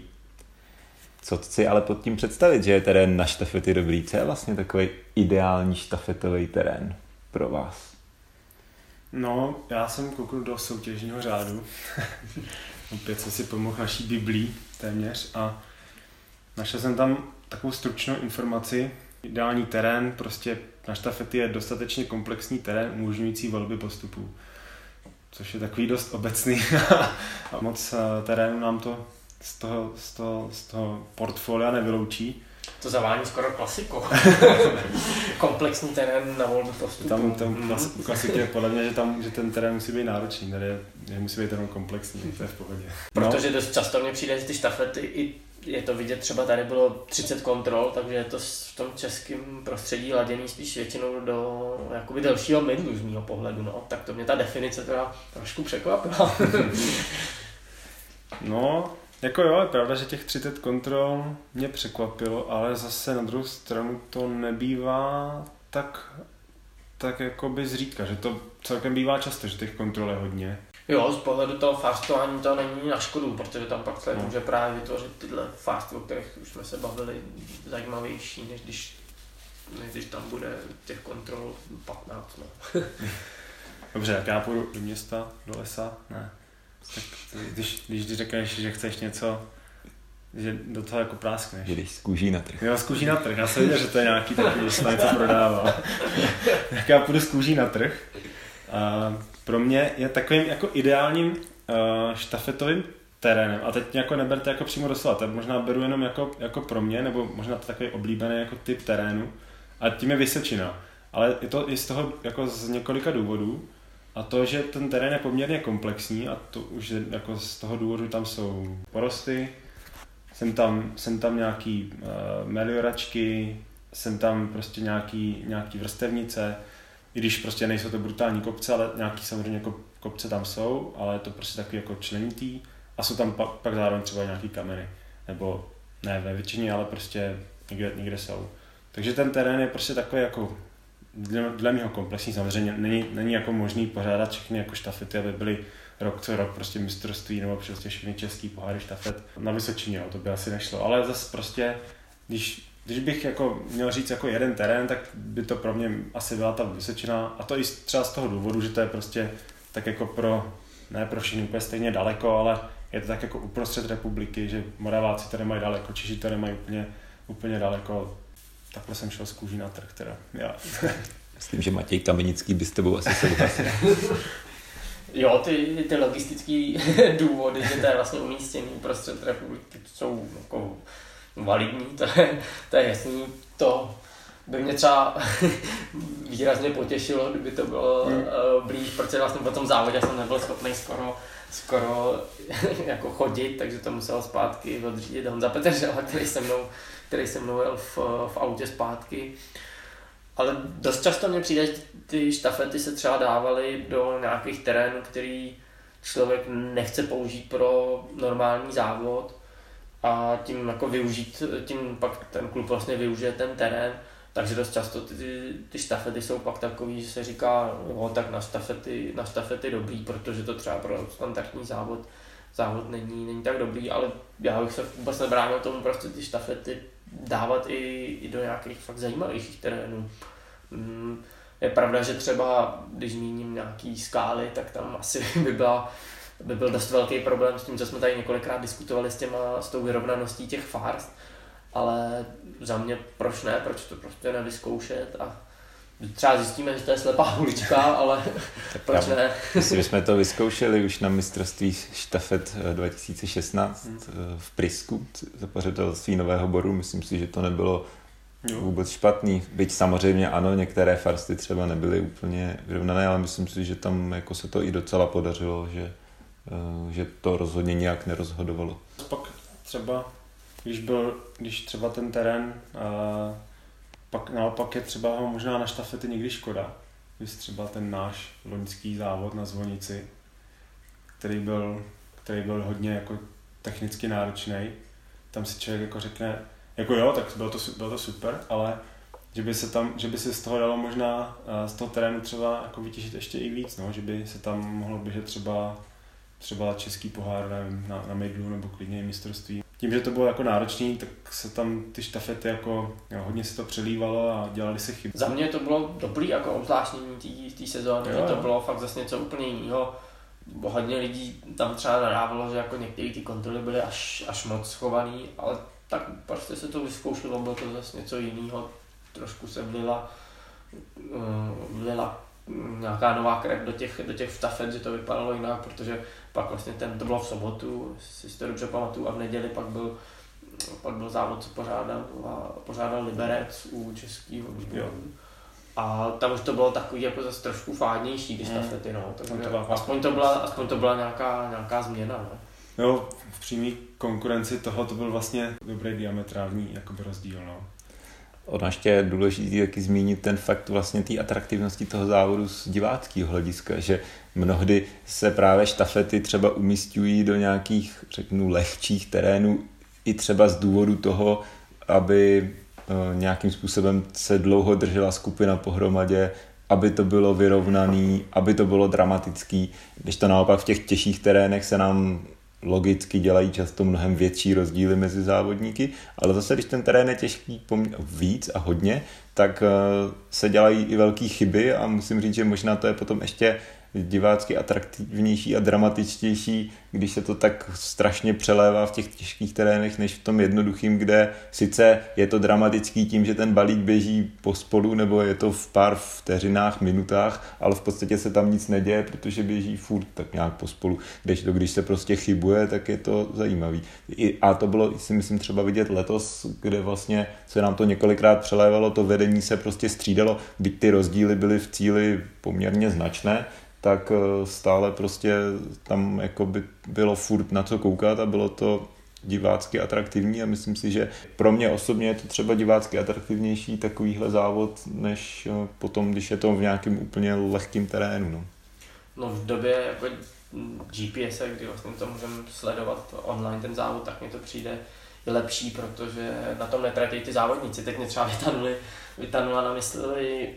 Co si ale pod tím představit, že je terén na štafety dobrý? Co je vlastně takový ideální štafetový terén? pro vás? No, já jsem koukl do soutěžního řádu. Opět jsem si pomohl naší biblí téměř a našel jsem tam takovou stručnou informaci. Ideální terén, prostě na štafety je dostatečně komplexní terén umožňující volby postupů. Což je takový dost obecný a moc terénu nám to z toho, z toho, z toho portfolia nevyloučí. To zavání skoro klasikou. Komplexní terén na volby postupů. Tam, tam klasi- klasik je podle mě, že, tam, že ten terén musí být náročný, tady je, musí být terén komplexní, to je v pohodě. Protože dost často mně přijde, že ty štafety, i je to vidět, třeba tady bylo třicet kontrol, takže je to v tom českém prostředí laděný spíš většinou do jakoby delšího mydlu z mýho pohledu, no. Tak to mě ta definice teda trošku překvapila. No, jako jo, je pravda, že těch třicet kontrol mě překvapilo, ale zase na druhou stranu to nebývá tak, tak jakoby zřídka, že to celkem bývá často, že těch kontrol je hodně. Jo, z pohledu toho fastování to není na škodu, protože tam pak se no. může právě vytvořit tyhle fasty, o kterých už jsme se bavili, zajímavější, než když, než když tam bude těch kontrol patnáct. No. Dobře, tak já půjdu do města, do lesa, ne. Tak když, když ty řekneš, že chceš něco, že do toho jako práskneš. Jdeš z kůží na trh. Jo, z kůží na trh, já jsem viděl, že to je nějaký takový, že se něco prodává. Tak já půjdu z kůží na trh. A pro mě je takovým jako ideálním uh, štafetovým terénem. A teď jako neberte jako přímo doslova, to možná beru jenom jako, jako pro mě, nebo možná to takový oblíbený jako typ terénu. A tím je Vysočina. Ale je to i z toho jako z několika důvodů. A to, že ten terén je poměrně komplexní a to už je jako z toho důvodu, tam jsou porosty, jsem tam, jsem tam nějaký uh, melioračky, jsem tam prostě nějaký, nějaký vrstevnice, i když prostě nejsou to brutální kopce, ale nějaký samozřejmě kopce tam jsou, ale je to prostě takový jako členitý a jsou tam pak, pak zároveň třeba nějaký kameny, nebo ne ve většině, ale prostě někde, někde jsou. Takže ten terén je prostě takový jako dle, dle mého komplexní, samozřejmě není, není jako možný pořádat všechny jako štafety, aby byly rok co rok prostě mistrovství nebo prostě všechny český poháry štafet na Vysočině, to by asi nešlo, ale zase prostě, když Když bych jako měl říct jako jeden terén, tak by to pro mě asi byla ta Vysočina a to i třeba z toho důvodu, že to je prostě tak jako pro, ne pro všechny úplně stejně daleko, ale je to tak jako uprostřed republiky, že Moraváci tady mají daleko, Češi tady mají úplně, úplně daleko. Takhle jsem šel z kůží na trh teda, já. Myslím, že Matěj Kamenický by s tebou asi souhlasil. Jo, ty, ty logistický důvody, že to je vlastně umístěný uprostřed republiky, jsou jako validní, to je, to je jasný. To by mě třeba výrazně potěšilo, kdyby to bylo hmm. uh, blíž, protože vlastně po tom závodě jsem nebyl schopný skoro, skoro jako chodit, takže to musel zpátky odřídit Honza Petržela, který se mnou, který se mnou jel v, v autě zpátky. Ale dost často mně přijde, že ty štafety se třeba dávaly do nějakých terénů, který člověk nechce použít pro normální závod a tím jako využít, tím pak ten klub vlastně využije ten terén, takže dost často ty, ty štafety jsou pak takový, že se říká, jo, tak na štafety, na štafety dobrý, protože to třeba pro standardní závod, závod není, není tak dobrý, ale já bych se vůbec nebránil tomu prostě ty štafety dávat i, i do nějakých fakt zajímavějších terénů. Je pravda, že třeba, když zmíním nějaký skály, tak tam asi by, byla, by byl dost velký problém s tím, co jsme tady několikrát diskutovali s, těma, s tou vyrovnaností těch fars, ale za mě proč ne, proč to prostě nevyzkoušet a třeba zjistíme, že to je slepá ulička, ale proč ne. Myslím, že jsme to vyzkoušeli už na mistrovství štafet dva tisíce šestnáct hmm. v Prisku za pořadatelství Nového Boru. Myslím si, že to nebylo jo. vůbec špatný. Byť samozřejmě ano, některé farsty třeba nebyly úplně vyrovnané, ale myslím si, že tam jako se to i docela podařilo, že, že to rozhodně nějak nerozhodovalo. Pak třeba, když byl, když třeba ten terén a pak naopak je třeba ho možná na štafety někdy škoda. Víš třeba ten náš loňský závod na Zvonici, který byl, který byl hodně jako technicky náročný. Tam si člověk jako řekne, jako jo, tak bylo to, bylo to super, ale že by se tam, že by se z toho dalo možná z toho terénu třeba jako vytěžit ještě i víc, no, že by se tam mohlo běžet třeba třeba český pohár, nevím, na, na Midlu nebo klidně mistrovství. Tím, že to bylo jako náročný, tak se tam ty štafety jako, jo, hodně se to přelívalo a dělali se chyby. Za mě to bylo dobrý jako obzvláštnění té sezóny, že to bylo fakt zase něco úplně jiného. Hodně lidí tam třeba nadávalo, že jako některé ty kontroly byly až, až moc schovaný, ale tak prostě se to vyzkoušelo, bylo to zase něco jiného. Trošku se vlila, vlila nějaká nová krev do těch, do těch štafet, že to vypadalo jinak, protože pak vlastně ten, to bylo v sobotu, si to dobře pamatuju, a v neděli pak byl, pak byl závod, co pořádal, pořádal Liberec u českého výboru. A tam už to bylo takový jako zase trošku fádnější, ty štafety, no, takže to aspoň to byla, aspoň to byla nějaká, nějaká změna, no. Jo, v přímé konkurenci toho to byl vlastně dobrý diametrální jakoby rozdíl, no. Ono ještě je důležité taky zmínit ten fakt vlastně té atraktivnosti toho závodu z diváckého hlediska, že mnohdy se právě štafety třeba umísťují do nějakých, řeknu, lehčích terénů i třeba z důvodu toho, aby nějakým způsobem se dlouho držela skupina pohromadě, aby to bylo vyrovnaný, aby to bylo dramatický, když to naopak v těch těžších terénech se nám logicky dělají často mnohem větší rozdíly mezi závodníky, ale zase, když ten terén je těžký víc a hodně, tak se dělají i velké chyby a musím říct, že možná to je potom ještě divácky atraktivnější a dramatičtější, když se to tak strašně přelévá v těch těžkých terénech, než v tom jednoduchým, kde sice je to dramatický tím, že ten balík běží pospolu, nebo je to v pár vteřinách, minutách, ale v podstatě se tam nic neděje, protože běží furt tak nějak pospolu. Když to, když se prostě chybuje, tak je to zajímavý. A to bylo, si myslím, třeba vidět letos, kde vlastně se nám to několikrát přelévalo, to vedení se prostě střídalo, byť ty rozdíly byly v cíli poměrně značné, tak stále prostě tam jako by bylo furt na co koukat a bylo to divácky atraktivní a myslím si, že pro mě osobně je to třeba divácky atraktivnější takovýhle závod, než potom, když je to v nějakém úplně lehkém terénu. No, no v době jako G P S, kdy vlastně to můžeme sledovat online ten závod, tak mi to přijde lepší, protože na tom netratí ty závodníci. Teď mě třeba vytanuli, vytanula na mysli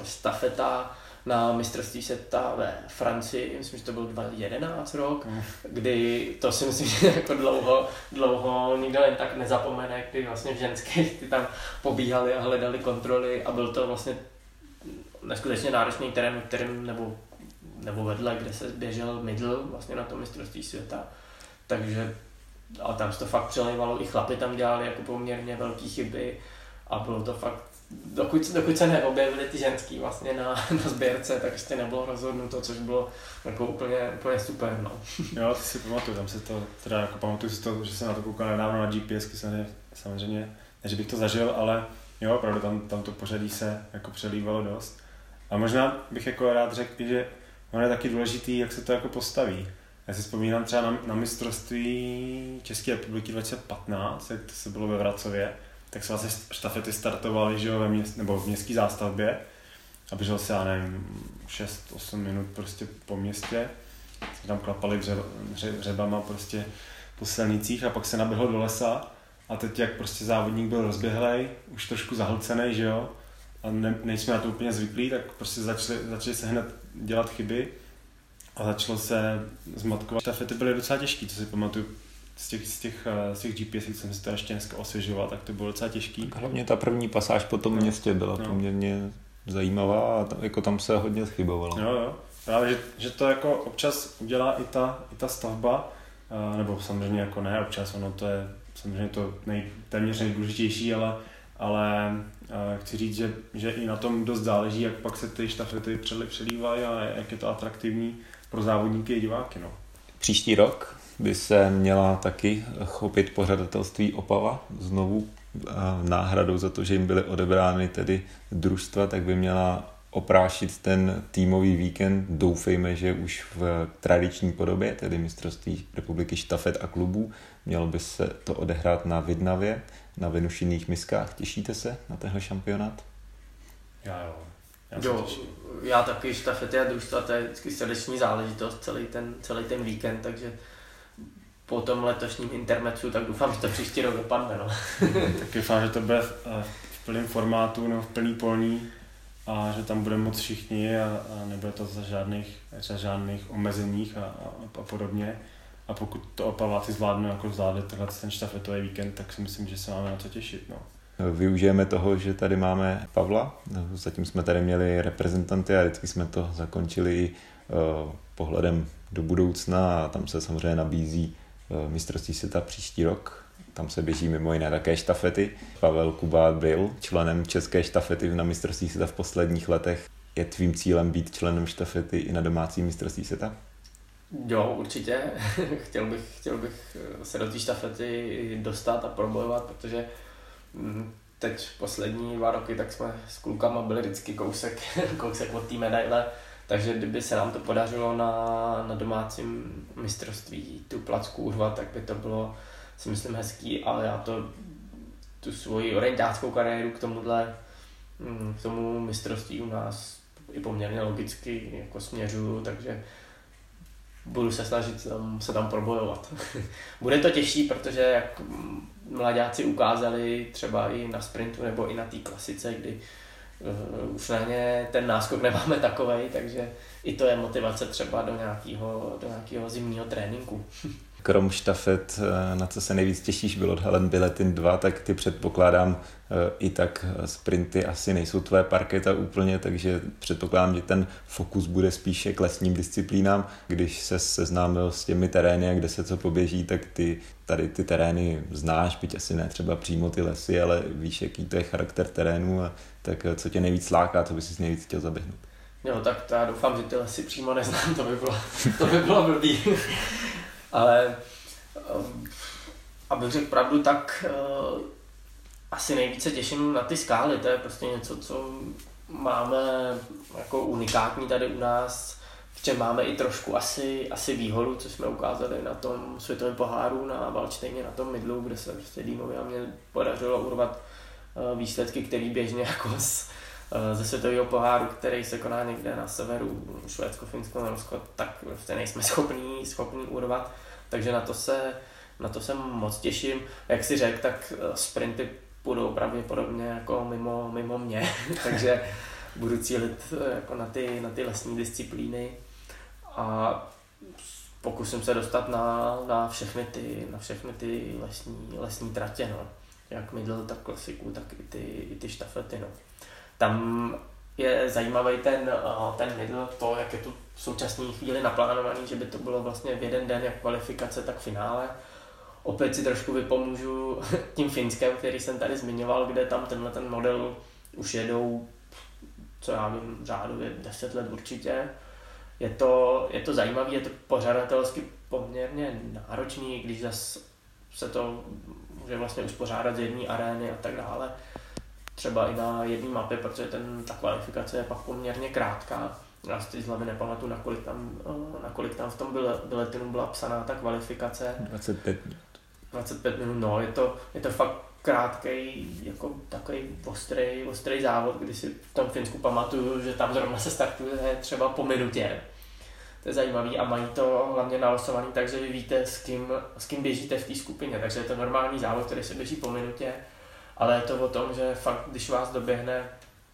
štafeta na mistrovství světa ve Francii, myslím, že to byl dva tisíce jedenáct rok, mm. kdy to si myslím, že jako dlouho, dlouho nikdo jen tak nezapomene, kdy vlastně v ženské ty tam pobíhali a hledali kontroly a byl to vlastně neskutečně náročný terén, kterým nebo, nebo vedle, kde se běžel middle vlastně na tom mistrovství světa, takže ale tam se to fakt přelejvalo, i chlapi tam dělali jako poměrně velké chyby a bylo to fakt, dokud, dokud se neobjevily ty ženský vlastně na, na sběrce, tak ještě nebylo rozhodnuto, což bylo jako úplně, úplně super, no. Jo, ty si pamatuju, tam se to, teda jako pamatuju si to, že jsem na to koukal nedávno na G P S, samozřejmě, ne, že bych to zažil, ale jo, opravdu tam, tam to pořadí se jako přelívalo dost. A možná bych jako rád řekl, že ono je taky důležitý, jak se to jako postaví. Já si vzpomínám třeba na, na mistrovství České republiky dva tisíce patnáct, jak to se bylo ve Vracově, tak se vlastně štafety startovaly, že jo, ve měst, nebo v městské zástavbě a běžel se, já nevím, šest osm minut prostě po městě. Jsme tam klapali hře, hře, hřebama prostě po silnicích a pak se naběhlo do lesa a teď jak prostě závodník byl rozběhlej, už trošku zahlcený, že jo, a ne, nejsme na to úplně zvyklí, tak prostě začali, začali se hned dělat chyby a začalo se zmatkovat. Štafety byly docela těžký, to si pamatuju. Z těch, z těch, z těch G P S, jsem si to ještě dneska osvěžoval, tak to bylo docela těžký. Hlavně ta první pasáž po tom no. městě byla no. poměrně zajímavá a tam, jako tam se hodně chybovalo. Jo, jo. Právě, že, že to jako občas udělá i ta, i ta stavba, nebo samozřejmě jako ne občas, ono to je samozřejmě to nej, téměř nejdůležitější, ale, ale chci říct, že, že i na tom dost záleží, jak pak se ty štafety přelívají a jak je to atraktivní pro závodníky a diváky. No. Příští rok by se měla taky chopit pořadatelství Opava znovu náhradou za to, že jim byly odebrány tedy družstva, tak by měla oprášit ten týmový víkend. Doufejme, že už v tradiční podobě, tedy mistrovství republiky štafet a klubů. Mělo by se to odehrát na Vidnavě, na Venušiných miskách. Těšíte se na tenhle šampionát? Já jo. Já, jo, já taky štafety a družstva, to je vždycky srdeční záležitost, celý ten, celý ten víkend, takže po tom letošním intermecu, tak doufám, že to příští rok dopadne. No. Tak doufám, že to bude v, v plném formátu, no, v plný polní a že tam budeme moc všichni a, a nebude to za žádných, za žádných omezeních a, a, a podobně. A pokud to Opaváci zvládnou, jako zvládli tenhle ten štafetový víkend, tak si myslím, že se máme na co těšit. No. Využijeme toho, že tady máme Pavla. Zatím jsme tady měli reprezentanty a vždycky jsme to zakončili uh, pohledem do budoucna a tam se samozřejmě nabízí uh, mistrovství světa příští rok. Tam se běží mimo jiné také štafety. Pavel Kubát byl členem české štafety na mistrovství světa v posledních letech. Je tvým cílem být členem štafety i na domácí mistrovství světa? Jo, určitě. chtěl, bych, chtěl bych se do té štafety dostat a probojovat, protože teď poslední dva roky tak jsme s klukama byli vždycky kousek, kousek od té medaile, takže kdyby se nám to podařilo na, na domácím mistrovství tu placku urvat, tak by to bylo, si myslím, hezký, ale já to tu svoji orientáckou kariéru k tomuhle, k tomu mistrovství u nás i poměrně logicky jako směřuju, takže budu se snažit tam, se tam probojovat. Bude to těžší, protože jak mladáci ukázali třeba i na sprintu nebo i na té klasice, kdy uh, už na ně ten náskok nemáme takovej, takže i to je motivace třeba do nějakého, do nějakého zimního tréninku. Krom štafet, na co se nejvíc těšíš, byl odhalen Biletin dva, tak ty předpokládám i tak sprinty asi nejsou tvé parketa úplně, takže předpokládám, že ten fokus bude spíše k lesním disciplínám. Když se seznámil s těmi terény, kde se co poběží, tak ty tady ty terény znáš, byť asi ne třeba přímo ty lesy, ale víš, jaký to je charakter terénu, a tak co tě nejvíc láká, co bys si nejvíc chtěl zaběhnout. Jo, tak to já doufám, že ty lesy přímo neznám, to by bylo, to by bylo blbý. Ale abych řekl pravdu, tak uh, asi nejvíce těším na ty skály. To je prostě něco, co máme jako unikátní tady u nás, v čem máme i trošku asi, asi výhodu, co jsme ukázali na tom světovém poháru na Valdštejně, na tom mydlu, kde se prostě Dýmovi a mě podařilo urvat uh, výsledky, které běžně jako z, uh, ze světového poháru, který se koná někde na severu, Švédsko, Finsko, Norsko, tak prostě nejsme schopní, schopní urvat. Takže na to se, na to se moc těším. Jak si řekl, tak sprinty budou pravděpodobně jako mimo, mimo mě, takže budu cílit jako na ty, na ty lesní disciplíny a pokusím se dostat na, na všechny ty, na všechny ty lesní, lesní tratě, no. Jak middle, tak klasiku, tak i ty, i ty štafety, no. Tam je zajímavý ten, ten middle, to, jak je tu v současné chvíli naplánovaný, že by to bylo vlastně v jeden den jak kvalifikace, tak finále. Opět si trošku vypomůžu tím Finskem, který jsem tady zmiňoval, kde tam tenhle ten model už jedou, co já vím, řádově deset let určitě. Je to, je to zajímavé, je to pořadatelsky poměrně náročný, když zase se to může vlastně uspořádat z jedné arény a tak dále. Třeba i na jedné mapě, protože ten, ta kvalifikace je pak poměrně krátká. Já si z hlavy nepamatuju, nakolik tam, nakolik tam v tom biletinu byla psaná ta kvalifikace. dvacet pět minut. dvacet pět minut, no, je to, je to fakt krátkej, jako takový ostrý, ostrý závod, kdy si v tom Finsku pamatuju, že tam zrovna se startuje třeba po minutě. To je zajímavý a mají to hlavně nalosovaný, takže vy víte, s kým, s kým běžíte v té skupině, takže je to normální závod, který se běží po minutě, ale je to o tom, že fakt, když vás doběhne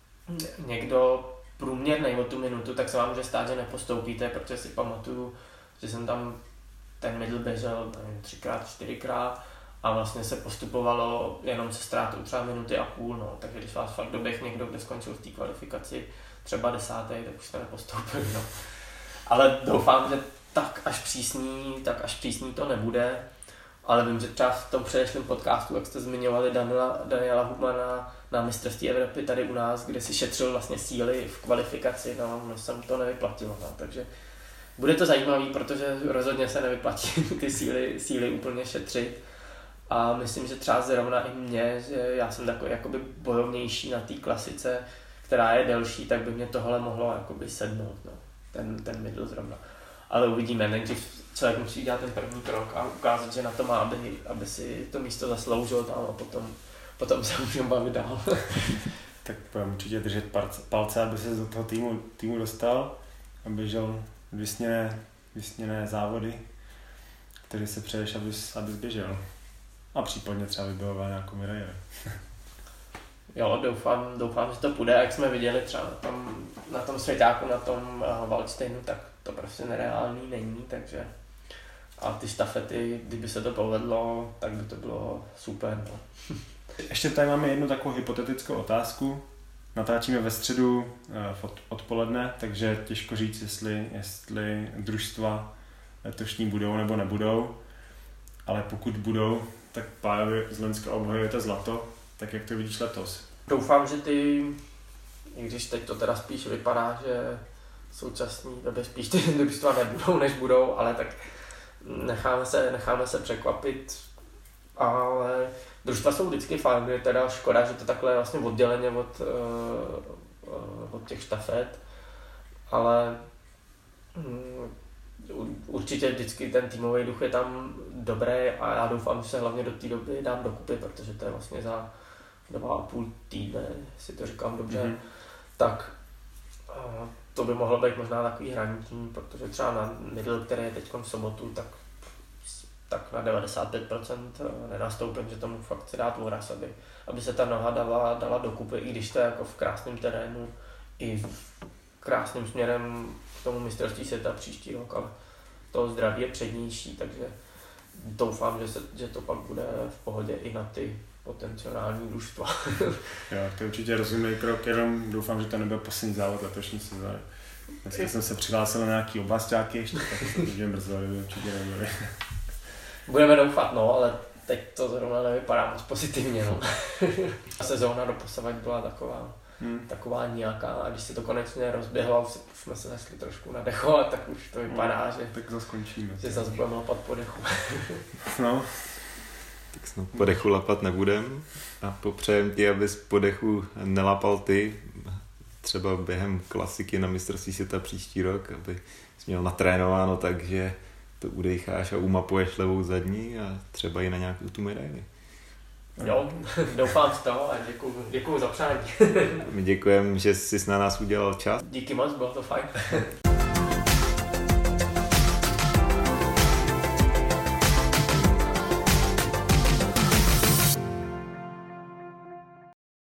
někdo průměrnej o tu minutu, tak se vám může stát, že nepostoupíte, protože si pamatuju, že jsem tam ten middle běžel nevím, třikrát, čtyřikrát a vlastně se postupovalo jenom se ztrátou třeba minuty a půl, no. Takže když vás fakt doběh někdo, kde skončil v té kvalifikaci třeba desátý, tak už jste nepostoupili, no. Ale doufám, že tak až přísný, tak až přísný to nebude, ale vím, že třeba v tom předešlém podcastu, jak jste zmiňovali Daniela, Daniela Hubmana na mistrovství Evropy tady u nás, kde si šetřil vlastně síly v kvalifikaci, no, no jsem to nevyplatilo, no, takže bude to zajímavý, protože rozhodně se nevyplatí ty síly, síly úplně šetřit a myslím, že třeba zrovna i mě, že já jsem takový jakoby bojovnější na té klasice, která je delší, tak by mě tohle mohlo jakoby sednout, no, ten, ten middle zrovna. Ale uvidíme, nejdřív člověk musí dělat ten první krok a ukázat, že na to má, aby, aby si to místo zasloužil tam a potom, potom se můžeme bavit dál. Tak budeme určitě držet palce, aby se do toho týmu, týmu dostal, aby žil vysněné, vysněné závody, které se přeješ, abys, abys běžel. A případně třeba vybojoval nějakou medaili. Jo, doufám, doufám, že to půjde, jak jsme viděli třeba na tom, na tom svěťáku, na tom uh, Waldsteinu, tak to prostě nereálný není, takže a ty štafety, kdyby se to povedlo, tak by to bylo super. No. Ještě tady máme jednu takovou hypotetickou otázku. Natáčíme ve středu uh, odpoledne, takže těžko říct, jestli, jestli družstva letošní budou nebo nebudou, ale pokud budou, tak Pájovi z Loňska obhajujete zlato, tak jak to vidíš letos? Doufám, že ty, i když teď to teda spíš vypadá, že v současné době spíš ty družstva nebudou, než budou, ale tak necháme se, necháme se překvapit, ale družstva jsou vždycky fajn, je teda škoda, že to takhle je vlastně odděleně od, uh, od těch štafet, ale um, určitě vždycky ten týmový duch je tam dobrý a já doufám, že se hlavně do té doby dám dokupy, protože to je vlastně za dva a půl týdne, si to říkám dobře, mm-hmm. tak uh, to by mohlo být možná takový hraní, protože třeba na Middle, který je teď v sobotu, tak, tak na devadesát pět procent nenastoupím, že tomu fakt se dát voraz, aby, aby se ta noha dala, dala dokupy, i když to je jako v krásném terénu, i v krásným směrem k tomu mistrovství světa příští rok, ale to zdraví je přednější, takže doufám, že, se, že to pak bude v pohodě i na ty potenciální družstva. Jo, to je určitě rozumný krok, jenom doufám, že to nebude poslední závod letošní sezóny. Dneska jsem se přihlásil na nějaký oblasťáky ještě, tak to můžeme brzo, ale určitě nebude. Budeme doufat, no, ale teď to zrovna nevypadá moc pozitivně, no. Sezóna doposavad byla taková, hmm. taková nějaká a když se to konečně rozběhlo, už jsme se začali trošku nadechovat, tak už to vypadá, no, že, tak zase skončíme, že zase budeme lapat po dechu. No. Tak snad po dechu lapat nebudem a popřejem ti, abys po dechu nelapal ty, třeba během klasiky na mistrovství světa příští rok, aby jsi měl natrénováno tak, že to udejcháš a umapuješ levou zadní a třeba i na nějakou tu medaili. Jo, doufám z toho a děkuju, děkuju za přání. My děkujeme, že jsi na nás udělal čas. Díky moc, bylo to fajn.